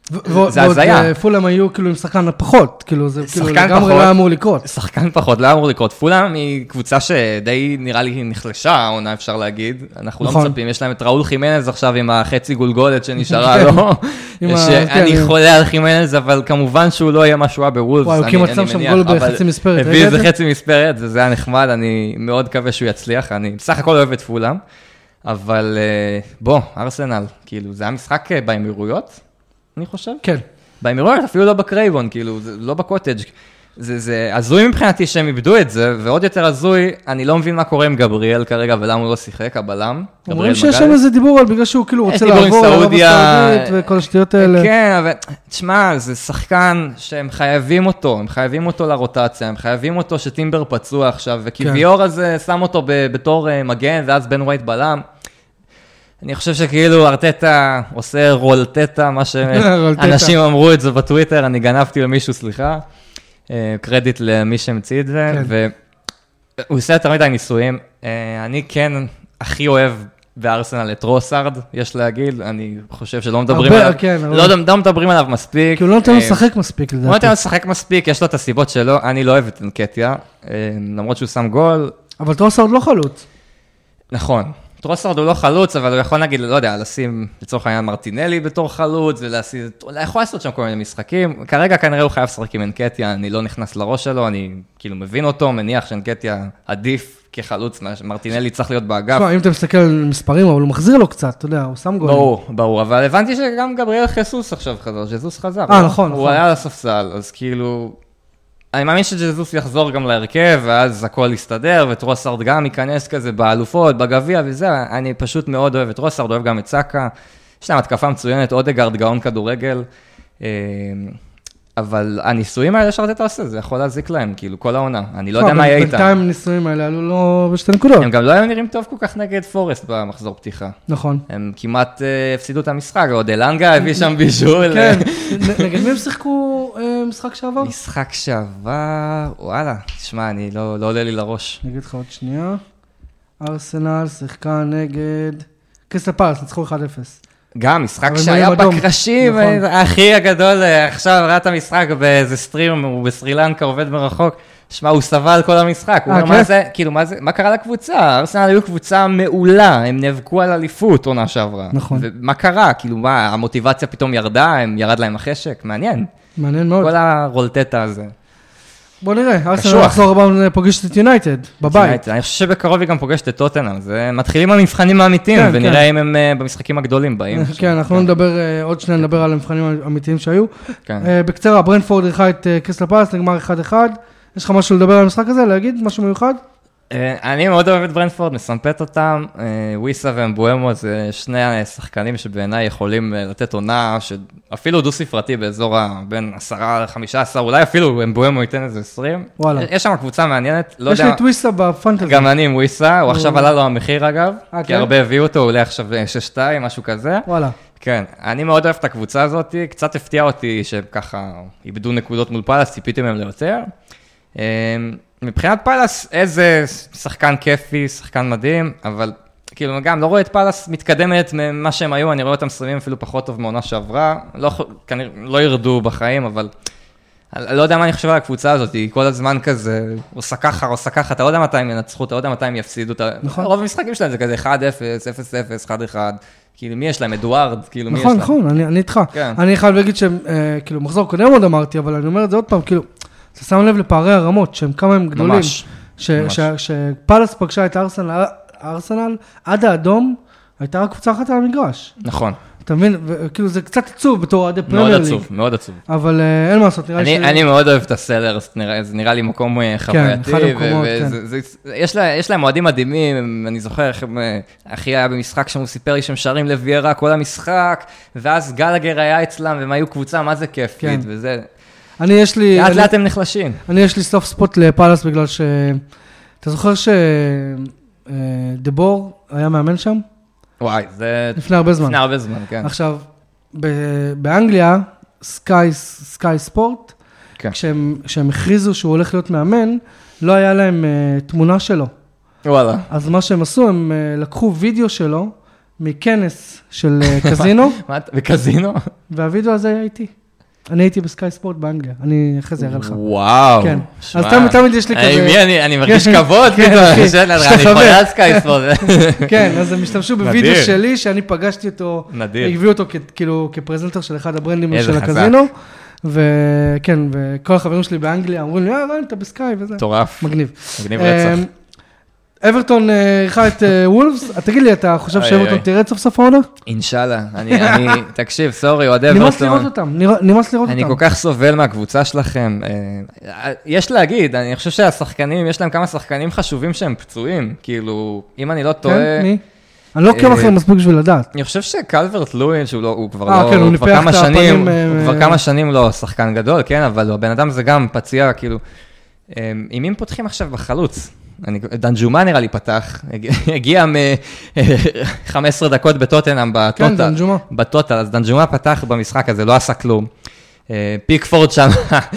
זה הזיה. ועוד פולאם היו כאילו עם שחקן פחות, כאילו זה כאילו שחקן לגמרי פחות. לא אמור לקרות. שחקן פחות, לא אמור לקרות. פולאם היא קבוצה שדי נראה לי נחלשה, העונה אפשר להגיד. אנחנו לא נכון. מצפים, יש להם את ראול חימנז עכשיו עם החצי גולגולת שנשארה לו. עם ה- שאני כן. חולה על חימנז, אבל כמובן שהוא לא יהיה משהו בוולפס. וואי, הוא אני- כמעט אני שם שם מניח, גול אבל בחצי מספרת. הביא ראית איזה את זה? חצי מספרת, זה היה נחמד, אני מאוד מקווה שהוא יצליח. אני בסך הכל אוהב את פולאם, אבל אה, בוא, ארסנל, כאילו, זה היה משחק אה, באמירויות, אני חושב. כן. באמירויות, אפילו לא בקרייבון, כאילו, זה לא בקוטג'. זה, זה הזוי מבחינתי שהם איבדו את זה, ועוד יותר הזוי, אני לא מבין מה קורה עם גבריאל כרגע, ולמה הוא לא שיחק, הבלם. אומרים שיש שם איזה דיבור על בגלל שהוא כאילו יש רוצה דיבור עם לעבור לערב סעודיה. הסעודית וכל השטויות האלה. כן, אבל תשמע, זה שחקן שהם חייבים אותו, הם חייבים אותו לרוטציה, הם חייבים אותו שטימבר פצוע עכשיו, וכביור הזה שם אותו ב- בתור אה, מגן, ואז בן ווייט בלם. אני חושב שכאילו ארטטה עושה רולטטה, מה שאנשים אמרו את זה בטוויטר, אני גנבתי למישהו, סליחה. אה, קרדיט למי שהמציא את זה, כן. והוא עושה יותר מדי ניסויים. אה, אני כן הכי אוהב בארסנל את רוסארד, יש להגיד, אני חושב שלא מדברים הרבה, עליו, כן, לא, לא מדברים עליו מספיק. כי הוא לא נותן לו אה, לשחק מספיק הוא לא לדעתי. נותן לו לשחק מספיק, יש לו את הסיבות שלו, אני לא אוהב את אנקטיה, אה, למרות שהוא שם גול. אבל טרוסארד לא חלוץ. נכון. טרוסארד הוא לא חלוץ, אבל הוא יכול נגיד, לא יודע, לשים לצורך העניין מרטינלי בתור חלוץ, ולשים, הוא יכול לעשות שם כל מיני משחקים. כרגע כנראה הוא חייב לשחק עם אנקטיה, אני לא נכנס לראש שלו, אני כאילו מבין אותו, מניח שאנקטיה עדיף כחלוץ, מרטינלי צריך להיות באגף. תשמע, אם אתה מסתכל על מספרים, אבל הוא מחזיר לו קצת, אתה יודע, הוא שם גול. ברור, ברור, אבל הבנתי שגם גבריאל חסוס עכשיו חזר, ז'זוס חזר. אה, לא? נכון, הוא נכון. היה על הספסל, אז כאילו, אני מאמין שג'זוס יחזור גם להרכב, ואז הכל יסתדר, וטרוסארד גם ייכנס כזה באלופות, בגביע וזה, אני פשוט מאוד אוהב את טרוסארד, אוהב גם את סאקה, יש להם התקפה מצוינת, אודגרד גאון כדורגל, אבל הניסויים האלה שארטטה עושה, זה יכול להזיק להם, כאילו, כל העונה, אני לא יודע מה יהיה איתם. בינתיים הניסויים האלה עלו לו בשתי נקודות. הם גם לא היו נראים טוב כל כך נגד פורסט במחזור פתיחה. נכון. הם כמעט uh, הפסידו את המשחק, עוד אלנגה הביא שם בישול. כן, נ- נגד מי הם שיחקו אה, משחק שעבר? משחק שעבר, וואלה, תשמע, אני לא, לא עולה לי לראש. אני אגיד לך עוד שנייה. ארסנל שיחקה נגד קריסטל פלאס, ניצחו אחד אפס. גם משחק אבל שהיה מלא אדום. בקרשים, נכון. הכי הגדול, עכשיו ראה את המשחק באיזה סטרים, הוא בסרילנקה עובד מרחוק, שמע, הוא סבל כל המשחק, הוא אה, אומר, כן? מה זה, כאילו, מה זה, מה קרה לקבוצה? ארסנל היו קבוצה מעולה, הם נאבקו על אליפות עונה שעברה. נכון. ומה קרה? כאילו, מה, המוטיבציה פתאום ירדה, הם ירד להם החשק? מעניין. מעניין מאוד. כל הרולטטה הזה. בוא נראה, ארסנל קשוח. מחזור הבא פוגשת את יונייטד, בבית. אני חושב שבקרוב היא גם פוגשת את טוטנהאם, זה מתחילים המבחנים האמיתיים, כן, ונראה כן. אם הם אה, במשחקים הגדולים באים. כן, אנחנו נדבר, אה, עוד שניה נדבר על המבחנים האמיתיים שהיו. כן. אה, בקצרה, ברנפורד אירחה את אה, קריסטל פלאס, נגמר אחד אחד. יש לך משהו לדבר על המשחק הזה, להגיד משהו מיוחד? אה, אני מאוד אוהב את ברנפורד, מסמפת אותם, אה, וויסה ואמבואמו זה שני השחקנים שבעיניי יכולים אה, לתת עונה, שאפילו דו ספרתי באזור ה- בין עשרה לחמישה עשר, אולי אפילו אמבואמו ייתן איזה עשרים. וואלה. יש שם קבוצה מעניינת, לא יש לי יודע, את וויסה בפנטזי. גם אני עם וויסה, הוא עכשיו עלה לו המחיר אגב, אה, כי כן? הרבה הביאו אותו, הוא עולה עכשיו שש שתיים, משהו כזה. וואלה. כן, אני מאוד אוהב את הקבוצה הזאת, קצת הפתיע אותי שככה איבדו נקודות מול פלאס, ציפיתי מהם ליותר. מבחינת פלאס, איזה שחקן כיפי, שחקן מדהים, אבל כאילו גם לא רואה את פלאס מתקדמת ממה שהם היו, אני רואה אותם סביבים אפילו פחות טוב מעונה שעברה, לא, כנראה, לא ירדו בחיים, אבל אני לא יודע מה אני חושב על הקבוצה הזאת, היא כל הזמן כזה, עושה ככה, עושה ככה, אתה לא יודע מתי הם ינצחו, אתה לא יודע מתי הם יפסידו, נכון. רוב המשחקים שלהם זה כזה אחד אפס, אפס אפס, אחד אחד, כאילו מי יש להם, אדוארד, כאילו מי יש נכון, להם. נכון, אני אני איתך. כן. אני חייב להגיד שהם, אה, כאילו, מחזור קודם עוד אמרתי, אבל אני אומר את זה עוד פעם, כאילו, אתה שם לב לפערי הרמות, שהם כמה הם גדולים. ממש. ש- ממש. ש- שפלאס פגשה את ארסנל, ארסנל, עד האדום, הייתה רק קבוצה אחת על המגרש. נכון, אתה מבין? וכאילו זה קצת עצוב בתור אוהדי מאוד פרמייר ליג. עצוב, מאוד עצוב. אבל אה, אין מה לעשות, נראה לי אני, אני מאוד אוהב את הסלרס, נראה, זה נראה לי מקום אה, חווייתי. אחד המקומות, ו- כן. וזה- זה- יש לה- יש להם מועדים מדהימים, הם- אני זוכר איך הם, אה, אחי היה במשחק שם, הוא סיפר לי שהם שרים לוויירה כל המשחק, ואז גלגר היה אצלם, והם היו קבוצה, מה זה כיפית, כן. וזה, אני יש לי... לאט אני- לאט הם נחלשים. אני יש לי סוף ספוט לפלאס בגלל ש... אתה זוכר שדבור היה מאמן שם? וואי, זה לפני הרבה זמן. לפני הרבה זמן, כן. עכשיו, ב- באנגליה, סקאי, סקאי ספורט, כן. כשהם, כשהם הכריזו שהוא הולך להיות מאמן, לא היה להם uh, תמונה שלו. וואלה. אז מה שהם עשו, הם uh, לקחו וידאו שלו, מכנס של קזינו. מה, בקזינו? והווידאו הזה היה איתי. אני הייתי בסקאי ספורט באנגליה, אני אחרי זה אראה לך. וואו. כן. אז תמיד תמיד יש לי כזה... מי אני? אני מרגיש כבוד, אני חולה על סקאי ספורט. כן, אז הם השתמשו בווידאו שלי, שאני פגשתי אותו, הביאו אותו כאילו כפרזנטר של אחד הברנדים של הקזינו, וכן, וכל החברים שלי באנגליה אמרו לי, אה, אתה בסקאי וזה. טורף. מגניב. מגניב רצח. אברטון ערכה את וולפס, תגיד לי, אתה חושב שאברטון תראה סוף סוף העונה? אינשאללה, אני, תקשיב, סורי, עוד אברטון. נמאס לראות אותם, נמאס לראות אותם. אני כל כך סובל מהקבוצה שלכם. יש להגיד, אני חושב שהשחקנים, יש להם כמה שחקנים חשובים שהם פצועים, כאילו, אם אני לא טועה... כן, מי? אני לא עוקב אחריהם מספיק בשביל לדעת. אני חושב שקלברט לואין, שהוא כבר לא, הוא כבר כמה שנים לא שחקן גדול, כן, אבל הבן אדם זה גם פציע, כאילו, עם מי פותחים עכשיו בחלוץ? דנג'ומה נראה לי פתח, הגיע מ-חמש עשרה דקות בטוטנהאם בטוטל. כן, דנג'ומה. בטוטל, אז דנג'ומה פתח במשחק הזה, לא עשה כלום. פיקפורד שם,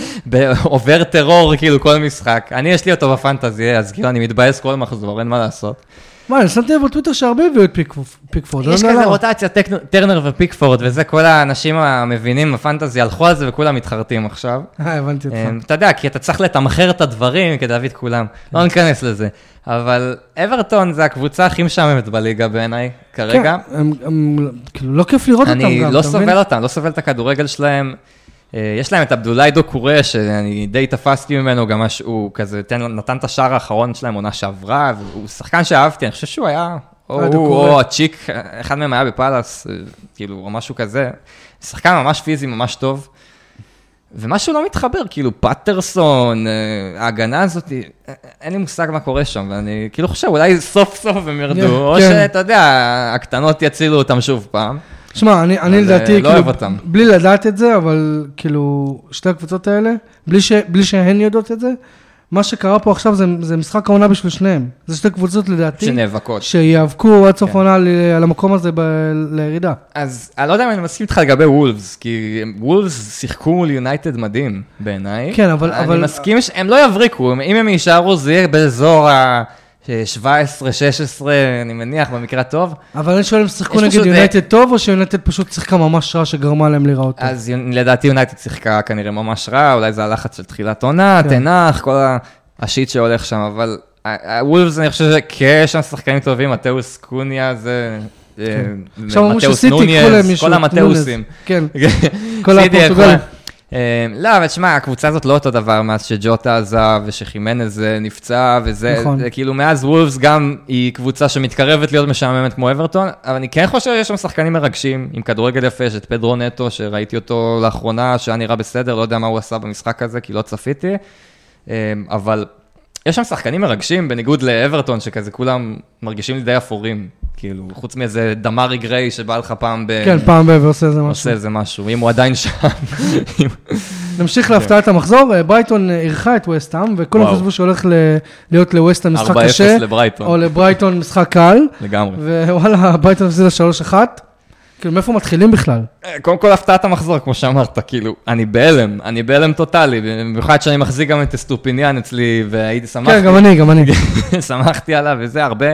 עובר טרור, כאילו, כל משחק. אני, יש לי אותו בפנטזי, אז כאילו, אני מתבאס כל מחזור, אין מה לעשות. מה, אני שמתי בטוויטר שהרבה הביאו את פיקפורד. יש כזה רוטציה, טרנר ופיקפורד, וזה כל האנשים המבינים בפנטזי הלכו על זה, וכולם מתחרטים עכשיו. אה, הבנתי אותך. אתה יודע, כי אתה צריך לתמחר את הדברים כדי להביא את כולם. לא ניכנס לזה. אבל אברטון זה הקבוצה הכי משעממת בליגה בעיניי, כרגע. כן, כאילו, לא כיף לראות אותם גם. אני לא סובל אותם, לא סובל את הכדורגל שלהם. יש להם את אבדולאי דוקורה, שאני די תפסתי ממנו, גם הוא כזה נתן את השער האחרון שלהם, עונה שעברה, והוא שחקן שאהבתי, אני חושב שהוא היה, או הצ'יק, אחד מהם היה בפלאס, כאילו, או משהו כזה, שחקן ממש פיזי, ממש טוב, ומשהו לא מתחבר, כאילו, פטרסון, ההגנה הזאת, אין לי מושג מה קורה שם, ואני כאילו חושב, אולי סוף סוף הם ירדו, או שאתה יודע, הקטנות יצילו אותם שוב פעם. שמע, אני, אני לדעתי, כאילו, בלי לדעת את זה, אבל כאילו, שתי הקבוצות האלה, בלי, ש, בלי שהן יודעות את זה, מה שקרה פה עכשיו זה, זה משחק העונה בשביל שניהם. זה שתי קבוצות לדעתי. שנאבקות. שיאבקו עד סוף העונה על המקום הזה ב, לירידה. אז אני לא יודע אם אני מסכים איתך לגבי וולפס, כי וולפס שיחקו מול יונייטד מדהים בעיניי. כן, אבל... אני אבל... מסכים שהם לא יבריקו, אם הם יישארו זה יהיה באזור ה... שבע עשרה שש עשרה, אני מניח, במקרה טוב. אבל אני שואל אם שיחקו נגד יונייטד טוב, או שיונייטד פשוט שיחקה ממש רע שגרמה להם לראות אותו? אז לדעתי יונייטד שיחקה כנראה ממש רע, אולי זה הלחץ של תחילת עונה, תנח, כל השיט שהולך שם, אבל וולפס, אני חושב שיש שם שחקנים טובים, מתאוס קוניה, זה... מתאוס נוניאז, כל המתאוסים. כן, כל הפורטוגלים. לא, אבל תשמע, הקבוצה הזאת לא אותו דבר מאז שג'וטה עזב ושחימנז נפצע, וזה כאילו מאז וולפס גם היא קבוצה שמתקרבת להיות משעממת כמו אברטון, אבל אני כן חושב שיש שם שחקנים מרגשים, עם כדורגל יפה, יש את פדרו נטו, שראיתי אותו לאחרונה, שהיה נראה בסדר, לא יודע מה הוא עשה במשחק הזה, כי לא צפיתי, אבל יש שם שחקנים מרגשים, בניגוד לאברטון, שכזה כולם מרגישים לי די אפורים, כאילו, חוץ מאיזה דמרי גריי שבא לך פעם ב... כן, פעם ב... ועושה איזה משהו. עושה איזה משהו, אם הוא עדיין שם. נמשיך להפתעת המחזור, ברייטון ערכה את ווסט-האם, וכולם חשבו שהולך להיות לווסט-האם משחק קשה. ארבע אפס לברייטון. או לברייטון משחק קל. לגמרי. ווואלה, ברייטון הפסידה שלוש אחת. כאילו, מאיפה מתחילים בכלל? קודם כל, הפתעת המחזור, כמו שאמרת, כאילו, אני בהלם, אני בהלם טוטלי, במיוחד שאני מחזיק גם את אסטופיניאן אצלי, והייתי שמחתי. כן, גם אני, גם אני. שמחתי עליו, וזה הרבה.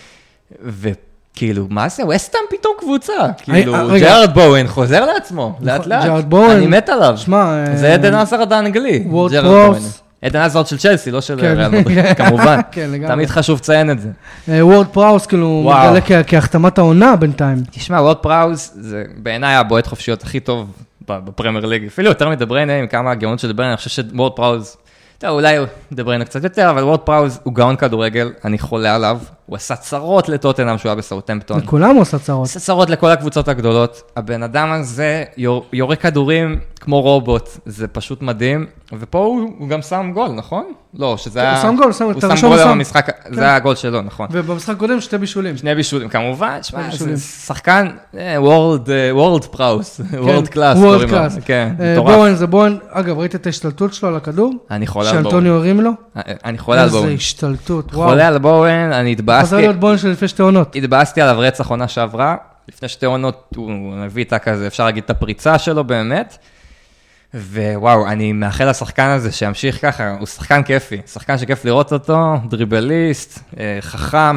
וכאילו, מה זה? ווסט-האם פתאום קבוצה. כאילו, ג'ארד בואן חוזר לעצמו, לאט לאט. ג'ארד בואן. אני מת עליו. שמע, זה עדן עזרד האנגלי. וורד פרוס. עדן עזרד של צ'לסי, לא של ריאל מדריד, כמובן. תמיד חשוב לציין את זה. וורד פראוס, כאילו, מתגלה כהחתמת העונה בינתיים. תשמע, וורד פראוס, זה בעיניי הבועט חופשיות הכי טוב בפרמייר ליג. אפילו יותר מדבריינה, עם כמה הגאונות של דבריינה, אני חושב שוורד פראוס, אולי דבריינה קצת יותר, אבל וורד פראוס הוא גאון כדורגל, אני חולה עליו. הוא עשה צרות לטוטנהאם שהוא היה בסאות'המפטון. לכולם הוא עשה צרות. עשה צרות לכל הקבוצות הגדולות. הבן אדם הזה יורה כדורים כמו רובוט, זה פשוט מדהים. ופה הוא, הוא גם שם גול, נכון? לא, שזה היה... הוא שם גול, הוא שם גול במשחק, זה היה הגול שלו, נכון. ובמשחק קודם שתי בישולים. שני בישולים, כמובן, זה שחקן, וורד, וורד פראוס, וורד קלאס. וורד קלאס. בואן זה בואן, אגב, ראית את ההשתלטות שלו על הכדור? אני חולה על בואן. שאנטוניו הרים לו? אני חולה על בואן. איזה השתלטות, וואו. חולה על בואן, אני התבאסתי. חזר להיות בואן של לפני שתי עונות. התבאסתי עליו רצח עונה שעברה, לפני שתי עונות הוא מביא את הכזה, אפשר להגיד את הפריצה שלו באמת, ווואו, אני מאחל לשחקן הזה שימשיך ככה, הוא שחקן כיפי, שחקן שכיף לראות אותו, דריבליסט, חכם,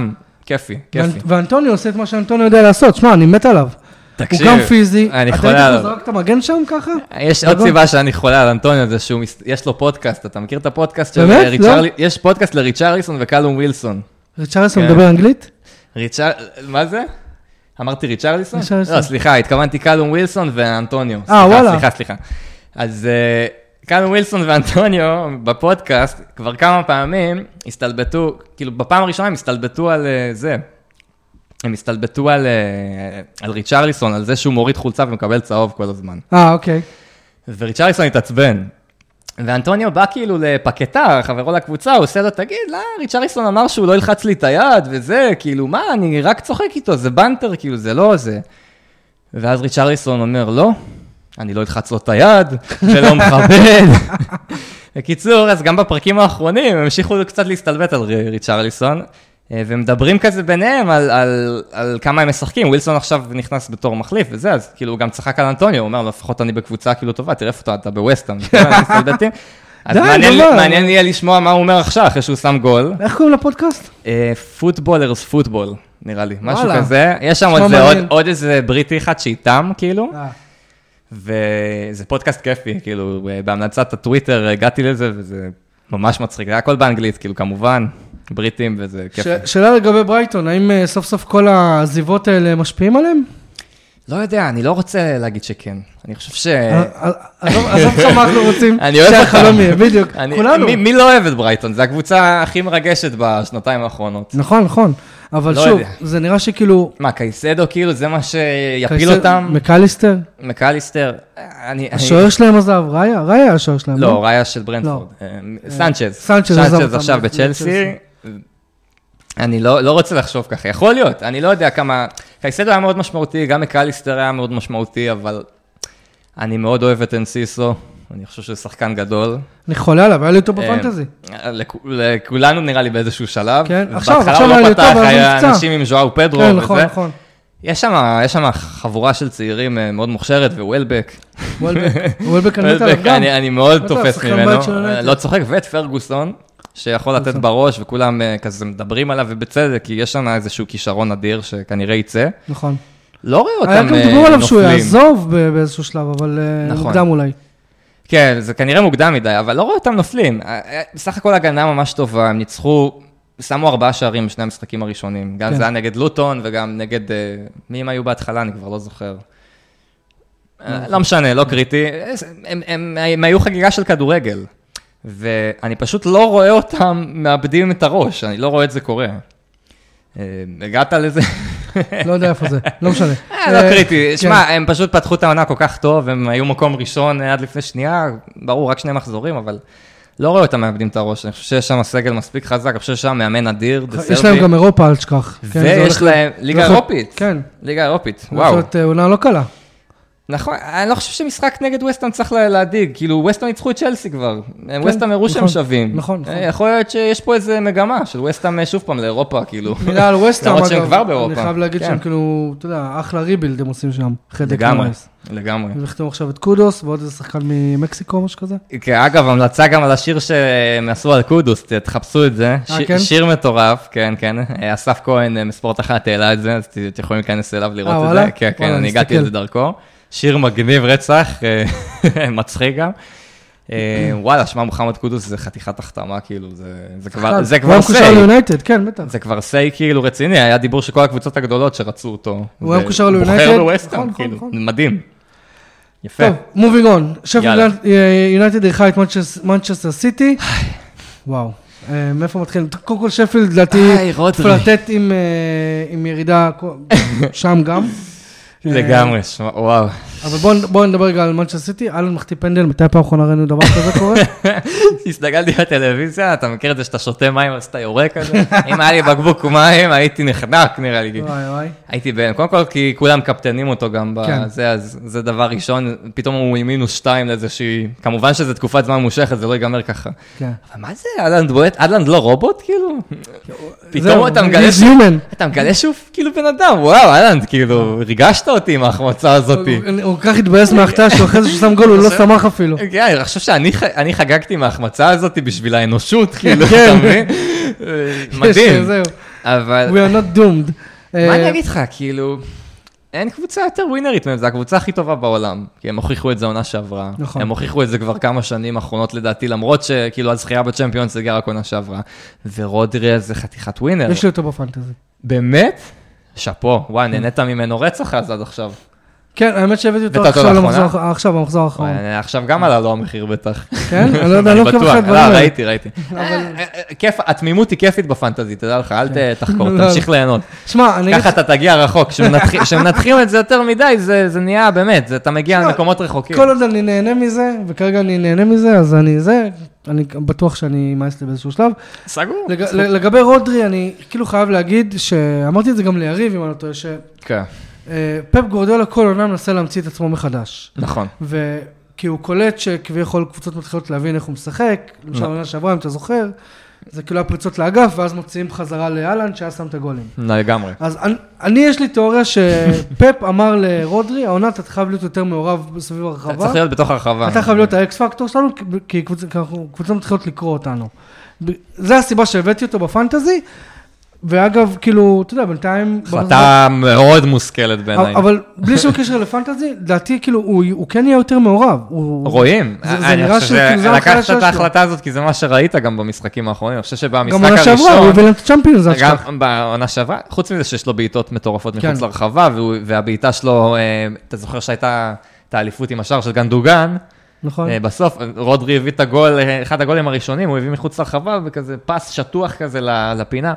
כיפי, כיפי. ואנטוניו עושה את מה שאנטוניו יודע לעשות, שמע, אני מת עליו. תקשיב, הוא גם פיזי. אני אתה חולה יודע עליו. איך הוא זרק את המגן שם ככה? יש עוד סיבה שאני חולה על אנטוניו, זה שהוא, יש לו פודקאסט, אתה מכיר את הפודקאסט של באמת? ריצ'רלי? יש פודקאסט לריצ'רליסון וקלום ווילסון. ריצ'רליסון כן. מדבר אנגלית? ריצ'ר... מה זה? אמרתי ריצ'רליסון? ריצ'רליסון. לא, סליחה, התכוונתי קלום ווילסון ואנטוניו. אה, סליחה, וואלה. סליחה, סליחה. אז uh, קלום ווילסון ואנטוניו בפודקאסט כבר כמה פעמים הסתלבטו, כאילו בפעם הראשונה הם הסתלבטו על uh, זה. הם הסתלבטו על, uh, על ריצ'רליסון, על זה שהוא מוריד חולצה ומקבל צהוב כל הזמן. אה, אוקיי. וריצ'רליסון התעצבן. ואנטוניו בא כאילו לפקטה, חברו לקבוצה, הוא עושה לו, תגיד, לא, ריצ'רליסון אמר שהוא לא ילחץ לי את היד, וזה, כאילו, מה, אני רק צוחק איתו, זה בנטר, כאילו, זה לא זה. ואז ריצ'רליסון אומר, לא, אני לא ילחץ לו את היד, זה לא מכבד. בקיצור, אז גם בפרקים האחרונים, הם המשיכו קצת להסתלבט על ריצ'רליסון, ומדברים כזה ביניהם על, על, על כמה הם משחקים. ווילסון עכשיו נכנס בתור מחליף וזה, אז כאילו הוא גם צחק על אנטוניו, הוא אומר, לפחות אני בקבוצה כאילו טובה, תראה איפה אתה בווסטהאם. אז מעניין יהיה לשמוע מה הוא אומר עכשיו, אחרי שהוא שם גול. איך קוראים לפודקאסט? פוטבולרס פוטבול, נראה לי, משהו כזה. יש שם עוד איזה בריטי אחד שאיתם, כאילו. וזה פודקאסט כיפי, כאילו, בהמלצת הטוויטר הגעתי לזה, וזה ממש מצחיק. זה היה הכל באנגלית, כאילו, כמובן. בריטים וזה כיף. שאלה לגבי ברייטון, האם סוף סוף כל העזיבות האלה משפיעים עליהם? לא יודע, אני לא רוצה להגיד שכן. אני חושב ש... עזוב לך מה אנחנו רוצים אני אוהב שהחלום יהיה, בדיוק. כולנו. מי לא אוהב את ברייטון? זו הקבוצה הכי מרגשת בשנתיים האחרונות. נכון, נכון. אבל שוב, זה נראה שכאילו... מה, קייסדו כאילו זה מה שיפיל אותם? מקליסטר? מקליסטר. השוער שלהם עזב, ראיה? ראיה השוער שלהם. לא, ראיה של ברנדפורד. סנצ'ז. סנצ'ז סנצ'ז עכשיו בצ'לסי. אני לא, לא רוצה לחשוב ככה, יכול להיות, אני לא יודע כמה, קייסדו היה מאוד משמעותי, גם מקליסטר היה מאוד משמעותי, אבל אני מאוד אוהב את אנסיסו, אני חושב שזה שחקן גדול. אני חולה עליו, היה לי אותו בפנטזי. לכולנו נראה לי באיזשהו שלב. כן, עכשיו, עכשיו היה לי אותו, אבל היה אנשים עם ז'ואאו פדרו כן, וזה. נכון, נכון. יש שם, יש שם חבורה של צעירים מאוד מוכשרת, ווולבק. וולבק אני מת עליו גם. אני מאוד תופס ממנו, לא צוחק, ואת פרגוסון. שיכול לתת בראש, וכולם כזה מדברים עליו, ובצדק, כי יש שם איזשהו כישרון אדיר, שכנראה יצא. נכון. לא רואה אותם נופלים. היה גם דיבור עליו שהוא נופלים. יעזוב באיזשהו שלב, אבל נכון. מוקדם אולי. כן, זה כנראה מוקדם מדי, אבל לא רואה אותם נופלים. בסך הכל הגנה ממש טובה, הם ניצחו, שמו ארבעה שערים בשני המשחקים הראשונים. גם כן. זה היה נגד לוטון, וגם נגד, מי הם היו בהתחלה, אני כבר לא זוכר. לא משנה, לא קריטי. הם, הם, הם היו חגיגה של כדורגל. ואני פשוט לא רואה אותם מאבדים את הראש, אני לא רואה את זה קורה. הגעת לזה? לא יודע איפה זה, לא משנה. לא קריטי, שמע, הם פשוט פתחו את העונה כל כך טוב, הם היו מקום ראשון עד לפני שנייה, ברור, רק שני מחזורים, אבל לא רואה אותם מאבדים את הראש, אני חושב שיש שם סגל מספיק חזק, אני חושב שיש שם מאמן אדיר, דסרבי. יש להם גם אירופה, אל תשכח. ויש להם ליגה אירופית. כן. ליגה אירופית, וואו. זאת עונה לא קלה. נכון, אני לא חושב שמשחק נגד ווסטהאם צריך להדיג, כאילו ווסטהאם ניצחו את צ'לסי כבר, ווסטהאם הראו שהם שווים. נכון, נכון. יכול להיות שיש פה איזה מגמה של ווסטהאם שוב פעם לאירופה, כאילו. מילה על ווסטהאם, למרות שהם כבר באירופה. אני חייב להגיד שהם כאילו, אתה יודע, אחלה ריבילד הם עושים שם. לגמרי, לגמרי. הם החתימו עכשיו את קודוס, ועוד איזה שחקן ממקסיקו, משהו כזה. כן, אגב, המלצה גם על השיר שהם עשו על קודוס, תחפשו את זה. שיר מטורף, כן, כן. אסף כהן מספורט אחת העלה את זה, אז אתם יכולים להיכנס אליו לראות את זה. כן, כן, אני הגעתי לזה דרכו. שיר מגניב רצח, מצחיק גם. וואלה, שמע מוחמד קודוס זה חתיכת החתמה, כאילו, זה כבר זה כבר סיי. כן, בטח. זה כבר סיי כאילו רציני, היה דיבור שכל הקבוצות הגדולות שרצו אותו. הוא היה מקושר ליונייטד. בוחר בווסטהאם, כאילו, מדהים. יפה. טוב, מובינג און. שפילד יונייטד אירחה את מנצ'סטר סיטי. וואו. מאיפה מתחילים? קודם כל שפילד, לדעתי, פלרטט עם ירידה שם גם. לגמרי, וואו. אבל בואו נדבר רגע על מנצ'סטר סיטי, אלן מחטיא פנדל, מתי פעם אחרונה ראינו דבר כזה קורה? הסתגלתי בטלוויזיה, אתה מכיר את זה שאתה שותה מים, אז אתה יורק כזה? אם היה לי בקבוק מים, הייתי נחנק, נראה לי. וואי וואי. הייתי בין, קודם כל כי כולם קפטנים אותו גם בזה, אז זה דבר ראשון, פתאום הוא עם מינוס שתיים לאיזושהי, כמובן שזו תקופת זמן מושכת, זה לא ייגמר ככה. אבל מה זה, אלנד בועט, אלנד לא רובוט, כאילו? פתאום אתה מגלה שהוא כאילו בן אדם, וואו, אלנד, כאילו, ריגשת אותי עם ההחמצה הזאת. הוא כך התבאס מהחטאה שהוא אחרי זה ששם גול, הוא לא שמח אפילו. כן, אני חושב שאני חגגתי מההחמצה הזאת בשביל האנושות, כאילו, אתה מבין? מדהים. אבל... We are not doomed. מה אני אגיד לך, כאילו... אין קבוצה יותר ווינרית מהם, זו הקבוצה הכי טובה בעולם, כי הם הוכיחו את זה עונה שעברה. נכון. הם הוכיחו את זה כבר כמה שנים אחרונות לדעתי, למרות שכאילו הזכייה בצ'מפיונס זה גרה עונה שעברה. ורודרי זה חתיכת ווינר. יש לי אותו בפנטזי. באמת? שפו, וואי, נהנית ממנו רצח אז עד עכשיו. כן, האמת שהבאתי אותו הבאת אותו עכשיו לאחרונה? למחזור- עכשיו, במחזור האחרון. וואי, עכשיו גם עלה לו המחיר בטח. כן? אני לא יודע, אני לא עוקב בטוח. אחרי הדברים לא, האלה. ראיתי, ראיתי. אה, אה, כיף, התמימות היא כיפית בפנטזי, תדע לך, אל ת- תחקור, לא. תמשיך ליהנות. שמע, אני אגיד... ככה אתה תגיע רחוק, כשמנתחים- כשמנתחים את זה יותר מדי, זה זה נהיה באמת, זה- אתה מגיע שמע, למקומות רחוקים. כל עוד אני נהנה מזה, וכרגע אני נהנה מזה, אז אני זה, אני בטוח שאני אמאס לי באיזשהו שלב. סגור. לג- לגבי רודרי, אני כאילו חייב להגיד, שאמרתי את זה גם ליריב, אם אני לא טועה, כן, שפפ גורדיולה כל עונה מנסה להמציא את עצמו מחדש. נכון. וכי הוא קולט שכביכול קבוצות מתחילות להבין איך הוא משחק, למשל עונה שעברה, אם אתה זוכר, זה כאילו הפריצות לאגף, ואז מוציאים חזרה לאלן, שהיה שם את הגולים. לגמרי. אז אני, אני יש לי תיאוריה שפפ אמר לרודרי, העונה אתה חייב להיות יותר מעורב סביב אתה הרחבה. צריך להיות בתוך הרחבה. אתה חייב להיות האקס פקטור שלנו, כי קבוצות, כי אנחנו- קבוצות מתחילות לקרוא אותנו. ב- זה הסיבה שהבאתי אותו בפנטזי, ואגב, כאילו, אתה יודע, בינתיים... החלטה מאוד מושכלת בעיניי. אבל בלי שום קשר לפנטזי, לדעתי, כאילו, הוא, הוא כן יהיה יותר מעורב. הוא... רואים. זה- זה אני נראה חושב שכאילו זה לקחת החלשה את שלו. ההחלטה הזאת, כי זה מה שראית גם במשחקים האחרונים. אני חושב שבמשחק גם עונה שעברה, הוא הראשון, הביא להם את הצ'מפיונס, זה אשכח. גם בעונה שעברה, חוץ מזה שיש לו בעיטות מטורפות כן. מחוץ לרחבה, והוא- והבעיטה שלו, אה, אתה זוכר שהייתה את האליפות עם השער של גנדוגן, נכון. אה, בסוף רודרי הביא את הגול, אה, אחד הגולים הראשונים, הוא הביא מחוץ לרחבה, וכזה פס שטוח כזה ל- לפינה.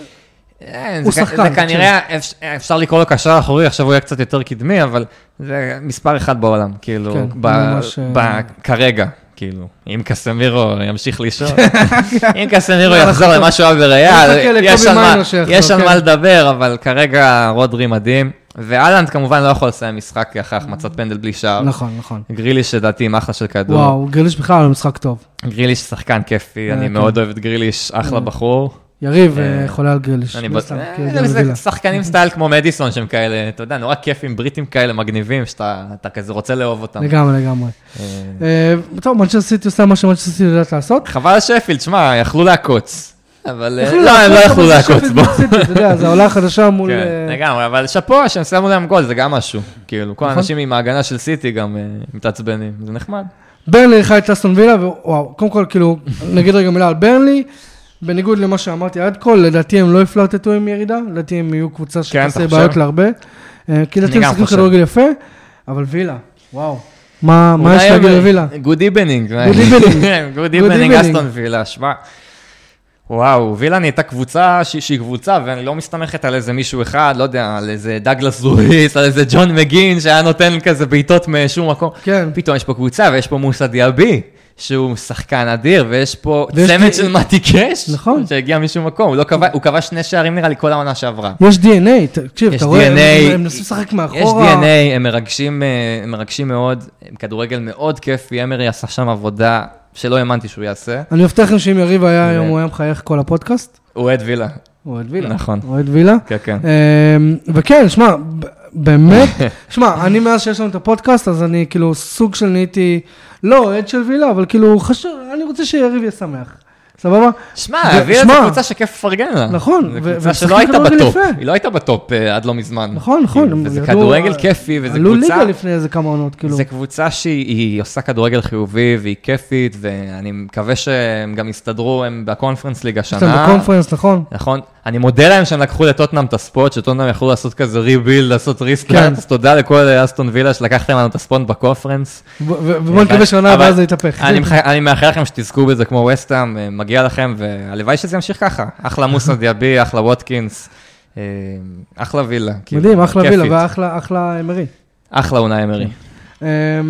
אה, הוא זה כ- שחקן, זה כנראה, אפ- אפשר לקרוא לו קשר אחורי, עכשיו הוא יהיה קצת יותר קדמי, אבל זה מספר אחד בעולם, כאילו, כן, ב- ממש, ב- כרגע, כאילו, אם קסמירו ימשיך לישון, אם קסמירו יחזור למה שהוא היה בריאל, נחכה לקובי יש על מה- מיינו שיחזור, יש על כן. מה לדבר, אבל כרגע רודרי מדהים, ואלנד כמובן לא יכול לסיים משחק אחרי החמצת פנדל בלי שער. נכון, נכון. גריליש לדעתי עם אחלה של כדור. וואו, גריליש בכלל הוא משחק טוב. גריליש שחקן כיפי, אני כן. מאוד אוהב את גריליש, אחלה בחור. יריב אה, אה, חולה על גריליש. אני מן בטוח, הסתם, אה, כאילו, זה גם זה וילה. שחקנים סטייל כמו מדיסון שהם כאלה, אתה יודע, נורא כיפים, בריטים כאלה מגניבים, שאתה אתה כזה רוצה לאהוב אותם. לגמרי, לגמרי. אה, אה, טוב, מנצ'סטר סיטי עושה מה שמנצ'סטר סיטי יודעת לעשות. חבל על שפילד, שמע, יכלו לעקוץ. אבל אה, יכלו לא, הם לא לעקוץ, יכלו אבל זה לעקוץ שפילד בו. סיטי, אתה יודע, זה העולה החדשה מול... כן, אה, לגמרי, אבל שאפו, שהם שמו להם גול, זה גם משהו. כאילו, כל נכון. האנשים עם ההגנה של סיטי גם אה, מתעצבנים, זה נחמד. ברנלי אירחה את אסטון וילה, ווואו, קודם כל, כאילו, נגיד רגע מילה על ברנלי, בניגוד למה שאמרתי עד כה, לדעתי הם לא יפלרטטו עם ירידה, לדעתי הם יהיו קבוצה שתעשה אתה בעיות חושב? להרבה, אה, כי לדעתי הם גם משחקים חושב. כדורגל יפה, אבל וילה, וואו, מה מה יש להגיד לווילה? גוד איבנינג. Good evening. גוד Good איבנינג evening. אסטון וילה, שמע. וואו, וילה נהייתה קבוצה שהיא שהיא קבוצה, ואני לא מסתמכת על איזה מישהו אחד, לא יודע, על איזה דאגלס לואיס, על איזה ג'ון מגין, שהיה נותן כזה בעיטות משום מקום. כן. פתאום יש פה קבוצה, ויש פה מוסא דיאבי, שהוא שחקן אדיר, ויש פה ויש צמד די- של מתי קש, נכון. שהגיע משום מקום, הוא לא קבע- הוא קבע שני שערים נראה לי כל העונה שעברה. יש די אן איי, תקשיב, יש אתה רואה, די אן איי, הם- הם מנסים לשחק יש מאחורה. די אן איי, הם מרגשים, אה, הם מרגשים מאוד, הם כדורגל מאוד כיפי, אמרי עשה שם עבודה שלא האמנתי שהוא יעשה. אני מבטיח לכם שאם יריב היה היום, ו- הוא היה מחייך כל הפודקאסט. הוא אוהד וילה. הוא אוהד וילה. נכון. הוא אוהד וילה. כן, כן. אמ, וכן, שמע, ב- באמת, שמע, אני מאז שיש לנו את הפודקאסט, אז אני כאילו סוג של נהייתי, לא אוהד של וילה, אבל כאילו חשוב, אני רוצה שיריב יהיה שמח. סבבה? שמע, ו- וילה שמע, זו קבוצה שכיף לפרגן לה. נכון, זו ו- קבוצה ומשחקים שלא הייתה כדורגל בטופ. יפה. היא לא הייתה בטופ אה, עד לא מזמן. נכון, נכון. כאילו, הם וזה ירדו- כדורגל כיפי, וזה עלו קבוצה... ליגה לפני איזה כמה עונות, כאילו. זה קבוצה שהיא היא עושה כדורגל חיובי, והיא כיפית, ואני מקווה שהם גם יסתדרו, הם בקונפרנס ליגה יש להם שנה. בקונפרנס, נכון? נכון, אני מודה להם שהם לקחו לטוטנאם את הספוט, שטוטנאם יכלו לעשות כזה ריבילד, לעשות ריסטארט, אז תודה לכל אסטון וילה שלקחתם לנו את הספוט בקונפרנס. ו- ו- ובוא נקווה שעונה אבל הבאה זה יתהפך. אני מח- אני מאחל לכם שתזכו בזה כמו וסטהאם, מגיע לכם, והלוואי שזה ימשיך ככה. אחלה מוסא דיאבי, אחלה ווטקינס, אה, אחלה וילה. כאילו, מדהים, אחלה כיפית. וילה ואחלה אחלה אמרי. אחלה אונאי אמרי. אמ,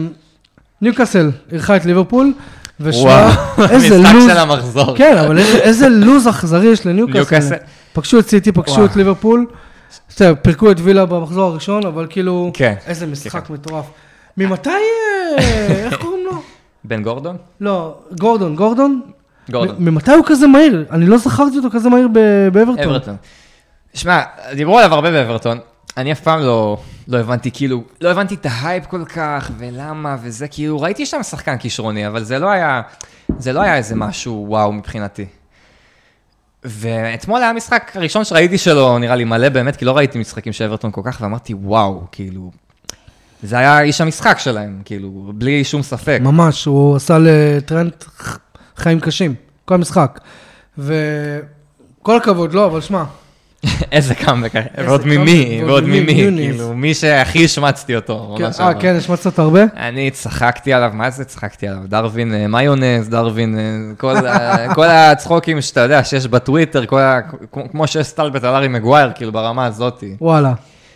ניוקאסל אירחה את ליברפול, ושמע, וואו, איזה משחק לוז, של המחזור. כן, אבל איזה- איזה לוז אכזרי יש לניוקאסל. ניוקאסל. פגשו את סיטי, פגשו וואו. את ליברפול, בסדר, פירקו את וילה במחזור הראשון, אבל כאילו, כן. איזה משחק מטורף. ממתי, אה, איך קוראים לו? בן גורדון? לא, גורדון, גורדון? גורדון. מ- ממתי הוא כזה מהיר? אני לא זכרתי אותו כזה מהיר ב- באברטון. אברטון. שמע, דיברו עליו הרבה באברטון. אני אף פעם לא, לא הבנתי, כאילו, לא הבנתי את ההייפ כל כך, ולמה, וזה, כאילו, ראיתי שם שחקן כישרוני, אבל זה לא היה, זה לא היה איזה משהו וואו מבחינתי. ואתמול היה המשחק הראשון שראיתי שלו, נראה לי מלא באמת, כי לא ראיתי משחקים של אברטון כל כך, ואמרתי, וואו, כאילו, זה היה איש המשחק שלהם, כאילו, בלי שום ספק. ממש, הוא עשה לטרנט חיים קשים, כל המשחק. וכל הכבוד, לא, אבל שמע. איזה קאמבק, ועוד ממי, ועוד ממי, כאילו, מי שהכי השמצתי אותו. אה, כן, השמצת אותו הרבה? אני צחקתי עליו, מה זה צחקתי עליו? דרווין מיונז, דרווין, כל הצחוקים שאתה יודע, שיש בטוויטר, כמו שיש סטלבט על ארי מגווייר, כאילו, ברמה הזאת. וואלה.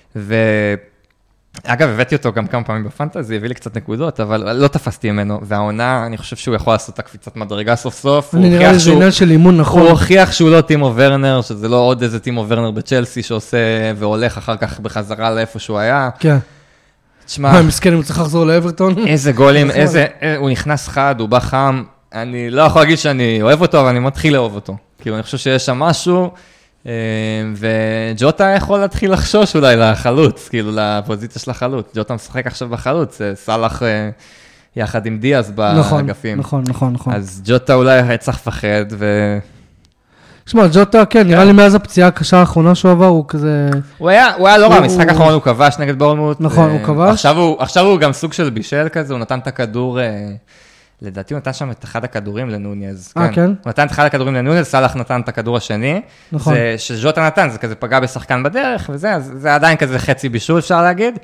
אגב, הבאתי אותו גם כמה פעמים בפנטזי, הביא לי קצת נקודות, אבל לא תפסתי ממנו, והעונה, אני חושב שהוא יכול לעשות את הקפיצת מדרגה סוף סוף. אני נראה לי זה עניין של אימון, נכון. הוא הוכיח שהוא לא טימו ורנר, שזה לא עוד איזה טימו ורנר בצ'לסי שעושה והולך אחר כך בחזרה לאיפה שהוא היה. כן. תשמע, מסכן, אם הוא צריך לחזור לאברטון. איזה גולים, איזה, הוא נכנס חד, הוא בא חם, אני לא יכול להגיד שאני אוהב אותו, אבל אני מתחיל לאהוב אותו. כאילו, אני חושב שיש שם משהו, וג'וטה יכול להתחיל לחשוש אולי לחלוץ, כאילו לפוזיציה של החלוץ. ג'וטה משחק עכשיו בחלוץ, סלח יחד עם דיאז באגפים. נכון, נכון, נכון. אז ג'וטה אולי צריך לפחד, ו... שמע, ג'וטה, כן, נראה לי מאז הפציעה הקשה האחרונה שהוא עבר, הוא כזה... הוא היה לא רע, משחק האחרון הוא כבש נגד בורנמוט. נכון, הוא כבש. עכשיו הוא גם סוג של בישל כזה, הוא נתן את הכדור... לדעתי הוא נתן שם את אחד הכדורים לנוניאז. אה, כן? הוא נתן את אחד הכדורים לנוניאז, סלח נתן את הכדור השני. נכון. שז'וטה נתן, זה כזה פגע בשחקן בדרך, וזה, אז זה עדיין כזה חצי בישול, אפשר להגיד.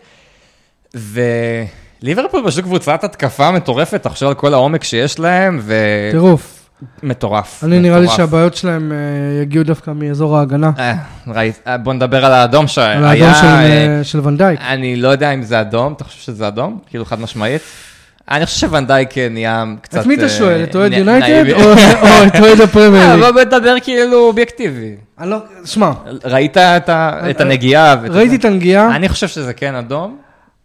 וליברפול פשוט קבוצת התקפה מטורפת, תחשוב על כל העומק שיש להם, ו... טירוף. מטורף. אני נראה לי שהבעיות שלהם יגיעו דווקא מאזור ההגנה. בוא נדבר על האדום שהיה. על האדום של ונדייק. אני לא יודע אם זה אדום, אתה חושב שזה אדום? כאילו חד משמעית? אני חושב שוונדייק נהיה קצת... את מי אתה שואל? את אוהד יונייטד או את אוהד הפרמייר ליג? בוא נדבר כאילו אובייקטיבי. אני לא... שמע. ראית את הנגיעה? ראיתי את הנגיעה. אני חושב שזה כן אדום.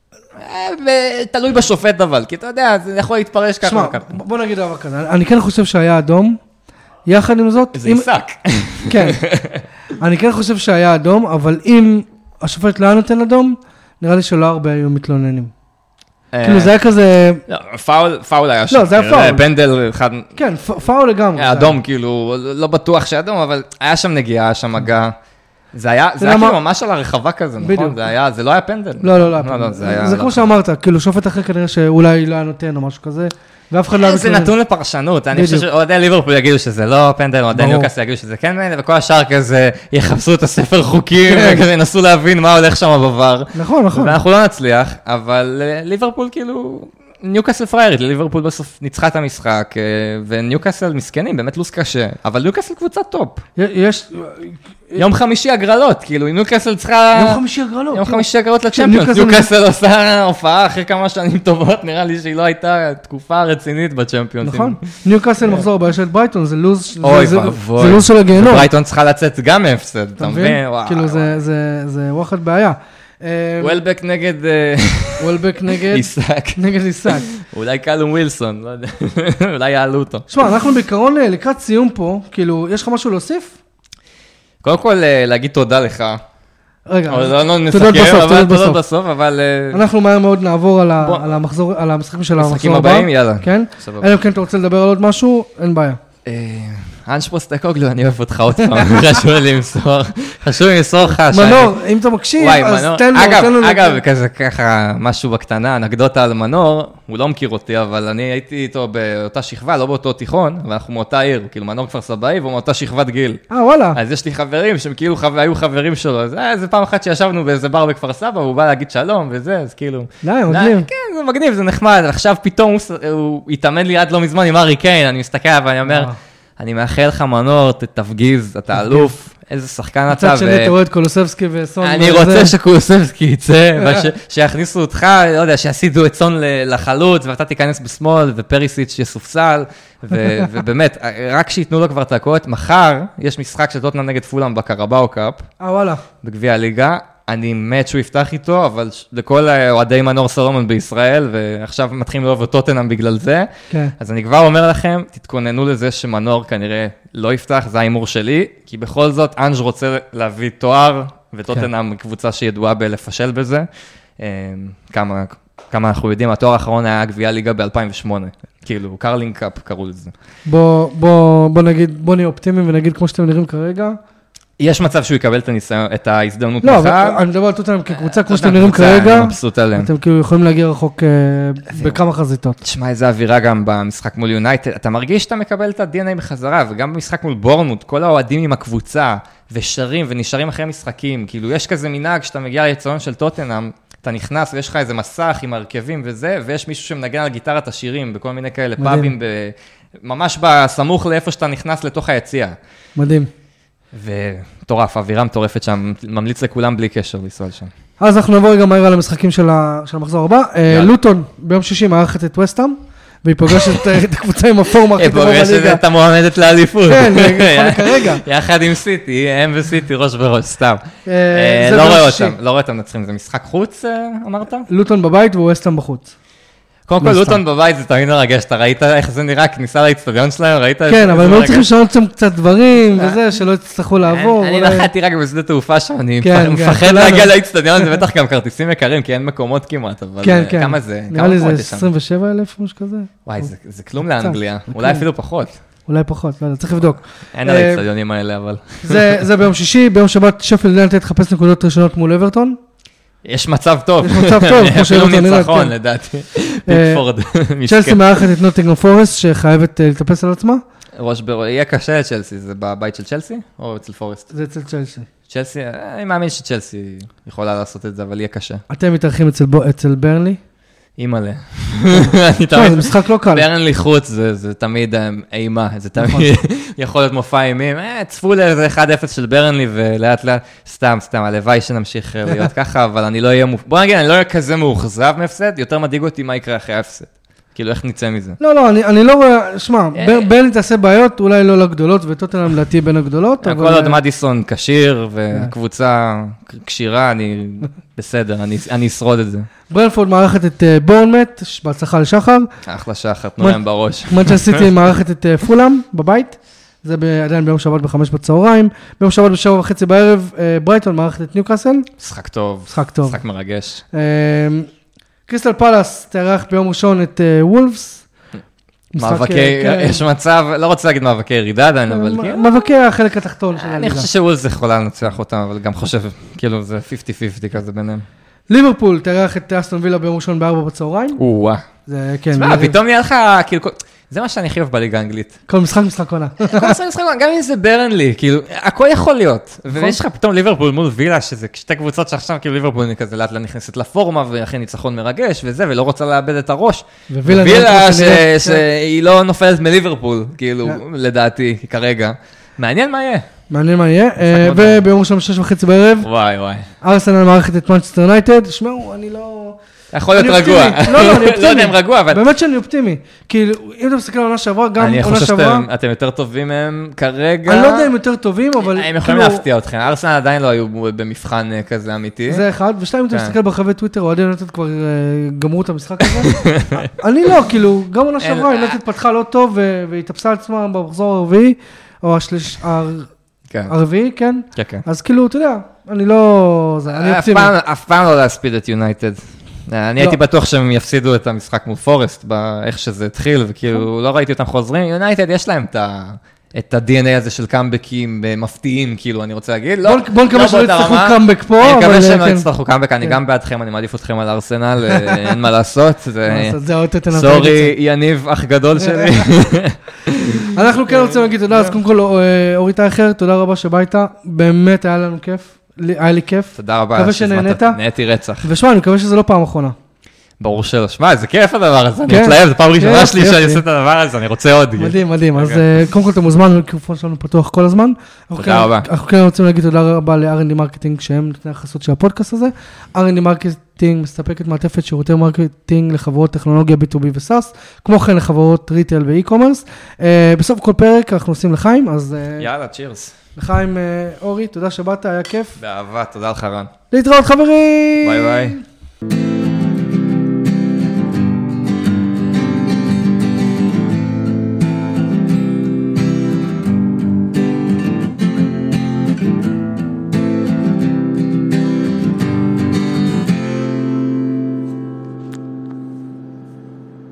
תלוי בשופט אבל, כי אתה יודע, זה יכול להתפרש ככה. שמע, בוא נגיד דבר כזה. אני כן חושב שהיה אדום. יחד עם זאת... זה עיסק. כן. אני כן חושב שהיה אדום, אבל אם השופט לא היה נותן אדום, נראה לי שלא הרבה היו מתלוננים. כאילו זה היה כזה... לא, פאול היה שם. לא, זה היה פאול. פנדל אחד... כן, פאול לגמרי. אדום, כאילו, לא בטוח שאדום, אבל היה שם נגיעה, היה שם מגע. זה היה כאילו ממש על הרחבה כזה, נכון? זה לא היה פנדל. לא, לא, לא. זה כמו שאמרת, כאילו שופט אחר כנראה שאולי לא היה נותן או משהו כזה, ואף אחד לא... זה נתון לפרשנות, אני חושב שאוהדי ליברפול יגידו שזה לא פנדל, אוהדי ניוקאסל יגידו שזה כן פנדל, וכל השאר כזה יחפשו את הספר חוקים, וכזה ינסו להבין מה הולך שם בבר. נכון, נכון. ואנחנו לא נצליח, אבל ליברפול כאילו... ניוקאסל פריירית, ליברפול בסוף ניצחה את המשחק, וניוקאסל מסכנים, באמת לוס קשה, אבל ניוקאסל קבוצה טופ. יש... יום חמישי הגרלות, כאילו, ניוקאסל צריכה... יום חמישי הגרלות. יום חמישי הגרלות לצ'מפיונס. ניוקאסל עושה הופעה אחרי כמה שנים טובות, נראה לי שהיא לא הייתה תקופה רצינית בצ'מפיונס. נכון. ניוקאסל מחזור הבעיה של ברייטון, זה לוז של הגיהנום. ברייטון צריכה לצאת גם מהפסד, אתה מבין? כאילו, זה וואחד בעיה. וולבק נגד... וולבק נגד... איסק. נגד איסק. אולי קלום ווילסון, לא יודע. אולי יעלו אותו. שמע, אנחנו בעיקרון לקראת סיום פה, כאילו, יש לך משהו להוסיף? קודם כל, להגיד תודה לך. רגע, תודות בסוף, תודות בסוף, אבל... אנחנו מהר מאוד נעבור על המשחקים של המחזור הבא. משחקים הבאים, יאללה. כן? אלא אם כן אתה רוצה לדבר על עוד משהו, אין בעיה. אנש פוסטקוגלו, אני אוהב אותך עוד פעם, חשוב לי למסור, חשוב לי למסור לך. מנור, אם אתה מקשיב, אז תן לו, תן לו. אגב, כזה ככה, משהו בקטנה, אנקדוטה על מנור, הוא לא מכיר אותי, אבל אני הייתי איתו באותה שכבה, לא באותו תיכון, ואנחנו מאותה עיר, כאילו מנור כפר סבאי, והוא מאותה שכבת גיל. אה, וואלה. אז יש לי חברים שהם כאילו היו חברים שלו, אז זה פעם אחת שישבנו באיזה בר בכפר סבא, והוא בא להגיד שלום וזה, אז כאילו. די, מגניב. כן, זה מגניב, זה נחמד. עכשיו פתאום הוא התאמן לי עד לא מזמן עם ארי קיין, אני מסתכל ואני אומר, אני מאחל לך מנור, תפגיז, אתה אלוף, איזה שחקן אתה. מצד שני, אתה רואה את קולוסבסקי וסון. אני רוצה שקולוסבסקי יצא, שיכניסו אותך, לא יודע, שיסידו את סון לחלוץ, ואתה תיכנס בשמאל, ופריסיץ' יסופסל, ובאמת, רק שיתנו לו כבר את הקוט. מחר יש משחק של טוטנהאם נגד פולהאם בקרבאו קאפ. אה, וואלה. בגביע הליגה. אני מת שהוא יפתח איתו, אבל לכל אוהדי מנור סולומון בישראל, ועכשיו מתחילים לאהוב את טוטנהאם בגלל זה. כן. אז אני כבר אומר לכם, תתכוננו לזה שמנור כנראה לא יפתח, זה ההימור שלי, כי בכל זאת אנג' רוצה להביא תואר, וטוטנהאם קבוצה שידועה בלפשל בזה. כמה כמה אנחנו יודעים, התואר האחרון היה גביע ליגה ב-אלפיים ושמונה. כאילו, קרלינג קאפ קראו לזה. בוא, בוא, בוא נגיד, בוא נהיה אופטימיים ונגיד כמו שאתם נראים כרגע. יש מצב שהוא יקבל את הניסיון, את ההזדמנות לא, מחר. אני מדבר על טוטנהאם כקבוצה, כמו שאתם נראים כרגע. אתם כאילו יכולים להגיע רחוק בכמה חזיתות. תשמע, איזה אווירה גם במשחק מול יונייטד. אתה מרגיש שאתה מקבל את ה-די אן איי בחזרה, וגם במשחק מול בורנמוט, כל האוהדים עם הקבוצה, ושרים ונשארים אחרי משחקים. כאילו, יש כזה מנהג שאתה מגיע ליציון של טוטנהאם, אתה נכנס ויש לך איזה מסך עם הרכבים וזה, ויש מישהו שמנגן על גיטרת השירים, בכל מיני כאלה פאבים, ממש בסמוך לאיפה שאתה נכנס לתוך היציאה. מדהים. וטורף, אווירה מטורפת שם, ממליץ לכולם בלי קשר לישראל שם. אז אנחנו נעבור גם מהר על המשחקים של המחזור הבא. לוטון ביום שישי מארחת את וסטהאם, והיא פוגשת את הקבוצה עם הפורמה הכי טובה בליגה. היא פוגשת את המועמדת לאליפות. כן, כרגע. יחד עם סיטי, הם וסיטי ראש בראש, סתם. לא רואה אותם, לא רואה אותם נצחים, זה משחק חוץ, אמרת? לוטון בבית וווסטהאם בחוץ. קודם כל, לוטון בבית זה תמיד מרגש, אתה ראית איך זה נראה, כניסה לאצטדיון שלהם, ראית? כן, אבל הם לא צריכים לשנות שם קצת דברים, וזה, שלא יצטרכו לעבור. אני נחתי רק בשדה תעופה שם, אני מפחד להגיע לאצטדיון, זה בטח גם כרטיסים יקרים, כי אין מקומות כמעט, אבל כמה זה? נראה לי זה עשרים ושבע אלף, משהו כזה. וואי, זה כלום לאנגליה, אולי אפילו פחות. אולי פחות, לא יודע, צריך לבדוק. אין על האצטדיונים האלה, אבל... זה ביום שישי, ביום שבת שפילד יונייטד תחפש נקודות ראשונות מול אברטון. יש מצב טוב. יש מצב טוב, כמו שאברטון נראית. אפילו ניצחון, לדעתי. פיקפורד. צ'לסי מארחת את נוטינגהאם פורסט, שחייבת לטפס על עצמה. ראש ברו, יהיה קשה לצ'לסי, זה בבית של צ'לסי או אצל פורסט? זה אצל צ'לסי. צ'לסי, אני מאמין שצ'לסי יכולה לעשות את זה, אבל יהיה קשה. אתם מתארחים אצל ברנלי? אימאלה. זה משחק לא קל. ברנלי חוץ זה תמיד אימה, זה תמיד יכול להיות מופע אימים, צפו לאיזה אחד אפס של ברנלי ולאט לאט, סתם, סתם, הלוואי שנמשיך להיות ככה, אבל אני לא אהיה, בוא נגיד, אני לא אהיה כזה מאוכזב מהפסד, יותר מדאיג אותי מה יקרה אחרי ההפסד. כאילו, איך נצא מזה? לא, לא, אני לא רואה, שמע, ברנלי תעשה בעיות, אולי לא לגדולות, וטוטנהאם לדעתי בין הגדולות, אבל... כל עוד מדיסון כשיר, והקבוצה קשירה, אני בסדר, אני אשרוד את זה. ברנפורד מארחת את בורנמט, בהצלחה לשחר. אחלה שחר, תנו להם בראש. מנצ'סטר סיטי מארחת את פולאם בבית, זה עדיין ביום שבת בחמש בצהריים. ביום שבת בשבע וחצי בערב, ברייטון מארחת את ניוקאסל. משחק טוב. משחק טוב. משחק מרגש. קריסטל פלאס תארח ביום ראשון את וולפס. מאבקי, יש מצב, לא רוצה להגיד מאבקי ירידה עדיין, אבל כאילו... מאבקי החלק התחתון של הליגה. אני חושב שוולס יכולה לנצח אותם, אבל גם חושב, כאילו זה חמישים חמישים כזה ביניהם. ליברפול תארח את אסטון וילה ביום ראשון בארבע בצהריים. או-אה. זה כן. תשמע, פתאום נהיה לך, כאילו... זה מה שאני חיוב בליגה האנגלית. כל משחק משחק עונה. כל משחק משחק עונה, גם אם זה ברנלי, כאילו, הכל יכול להיות. ויש לך פתאום ליברפול מול וילה, שזה שתי קבוצות שעכשיו, כאילו ליברפול כזה לאט לאט נכנסת לפורמה, ואחרי ניצחון מרגש וזה, ולא רוצה לאבד את הראש. ווילה שהיא לא נופלת מליברפול, כאילו, לדעתי, כרגע. מעניין מה יהיה. מעניין מה יהיה. וביום ראשון שש וחצי בערב. וואי וואי. ארסנל מארחת את מנצ'סטר יונייטד. שמעו, אני לא... יכול להיות רגוע. לא, לא, אני אופטימי. לא יודע אם רגוע, אבל... באמת שאני אופטימי. כאילו, אם אתה מסתכל על עונה שעברה, גם עונה שעברה... אני חושב שאתם יותר טובים מהם כרגע. אני לא יודע אם יותר טובים, אבל... הם יכולים להפתיע אתכם. ארסנל עדיין לא היו במבחן כזה אמיתי. זה אחד. ושתיים, אם אתה מסתכל ברחבי טוויטר, אוהדי יונייטד כבר גמרו את המשחק הזה. אני לא, כאילו, גם עונה שעברה, יונייטד פתחה לא טוב, והתאפסה עצמה במחזור הרביעי, או השליש... הרביעי, כן? כן, כן. אז כאילו, אתה יודע, אני לא... אני אופטימי. אף פעם לא להספיד את יונייטד. אני הייתי בטוח שהם יפסידו את המשחק מול פורסט, איך שזה התחיל, וכאילו לא ראיתי אותם חוזרים. יונייטד יש להם את ה-די אן איי הזה של קאמבקים מפתיעים, כאילו, אני רוצה להגיד. בוא נקווה שלא יצטרכו קאמבק פה. אני מקווה שהם לא יצטרכו קאמבק, אני גם בעדכם, אני מעדיף אתכם על ארסנל, אין מה לעשות. סורי, יניב, אח גדול שלי. אנחנו כן רוצים להגיד תודה, אז קודם כל, אורי טייכר, תודה רבה שבאת, באמת היה לנו כיף. היה לי כיף. תודה רבה. מקווה שנהנית. נהייתי רצח. ושמע, אני מקווה שזה לא פעם אחרונה. ברור שלא. שמע, זה כיף הדבר הזה. אני מתלהב, זה פעם ראשונה שלי שאני עושה את הדבר הזה, אני רוצה עוד. מדהים, מדהים. אז קודם כל אתה מוזמן, המיקרופון שלנו פתוח כל הזמן. תודה רבה. אנחנו כן רוצים להגיד תודה רבה ל-אר אנד די מרקטינג, שהם נותני החסות של הפודקאסט הזה. אר אנד די מרקטינג מסתפקת מעטפת שירותי מרקטינג לחברות טכנולוגיה בי טו בי וסאס, כמו כן לחברות ריטייל ואי-קומרס. בסוף כל פרק אנחנו עושים לחיים, אז... יאללה, צ'ירס. לחיים אורי, תודה שבאת, היה כיף. באהבה, תודה לך רן. להתראות חברים! ביי ביי.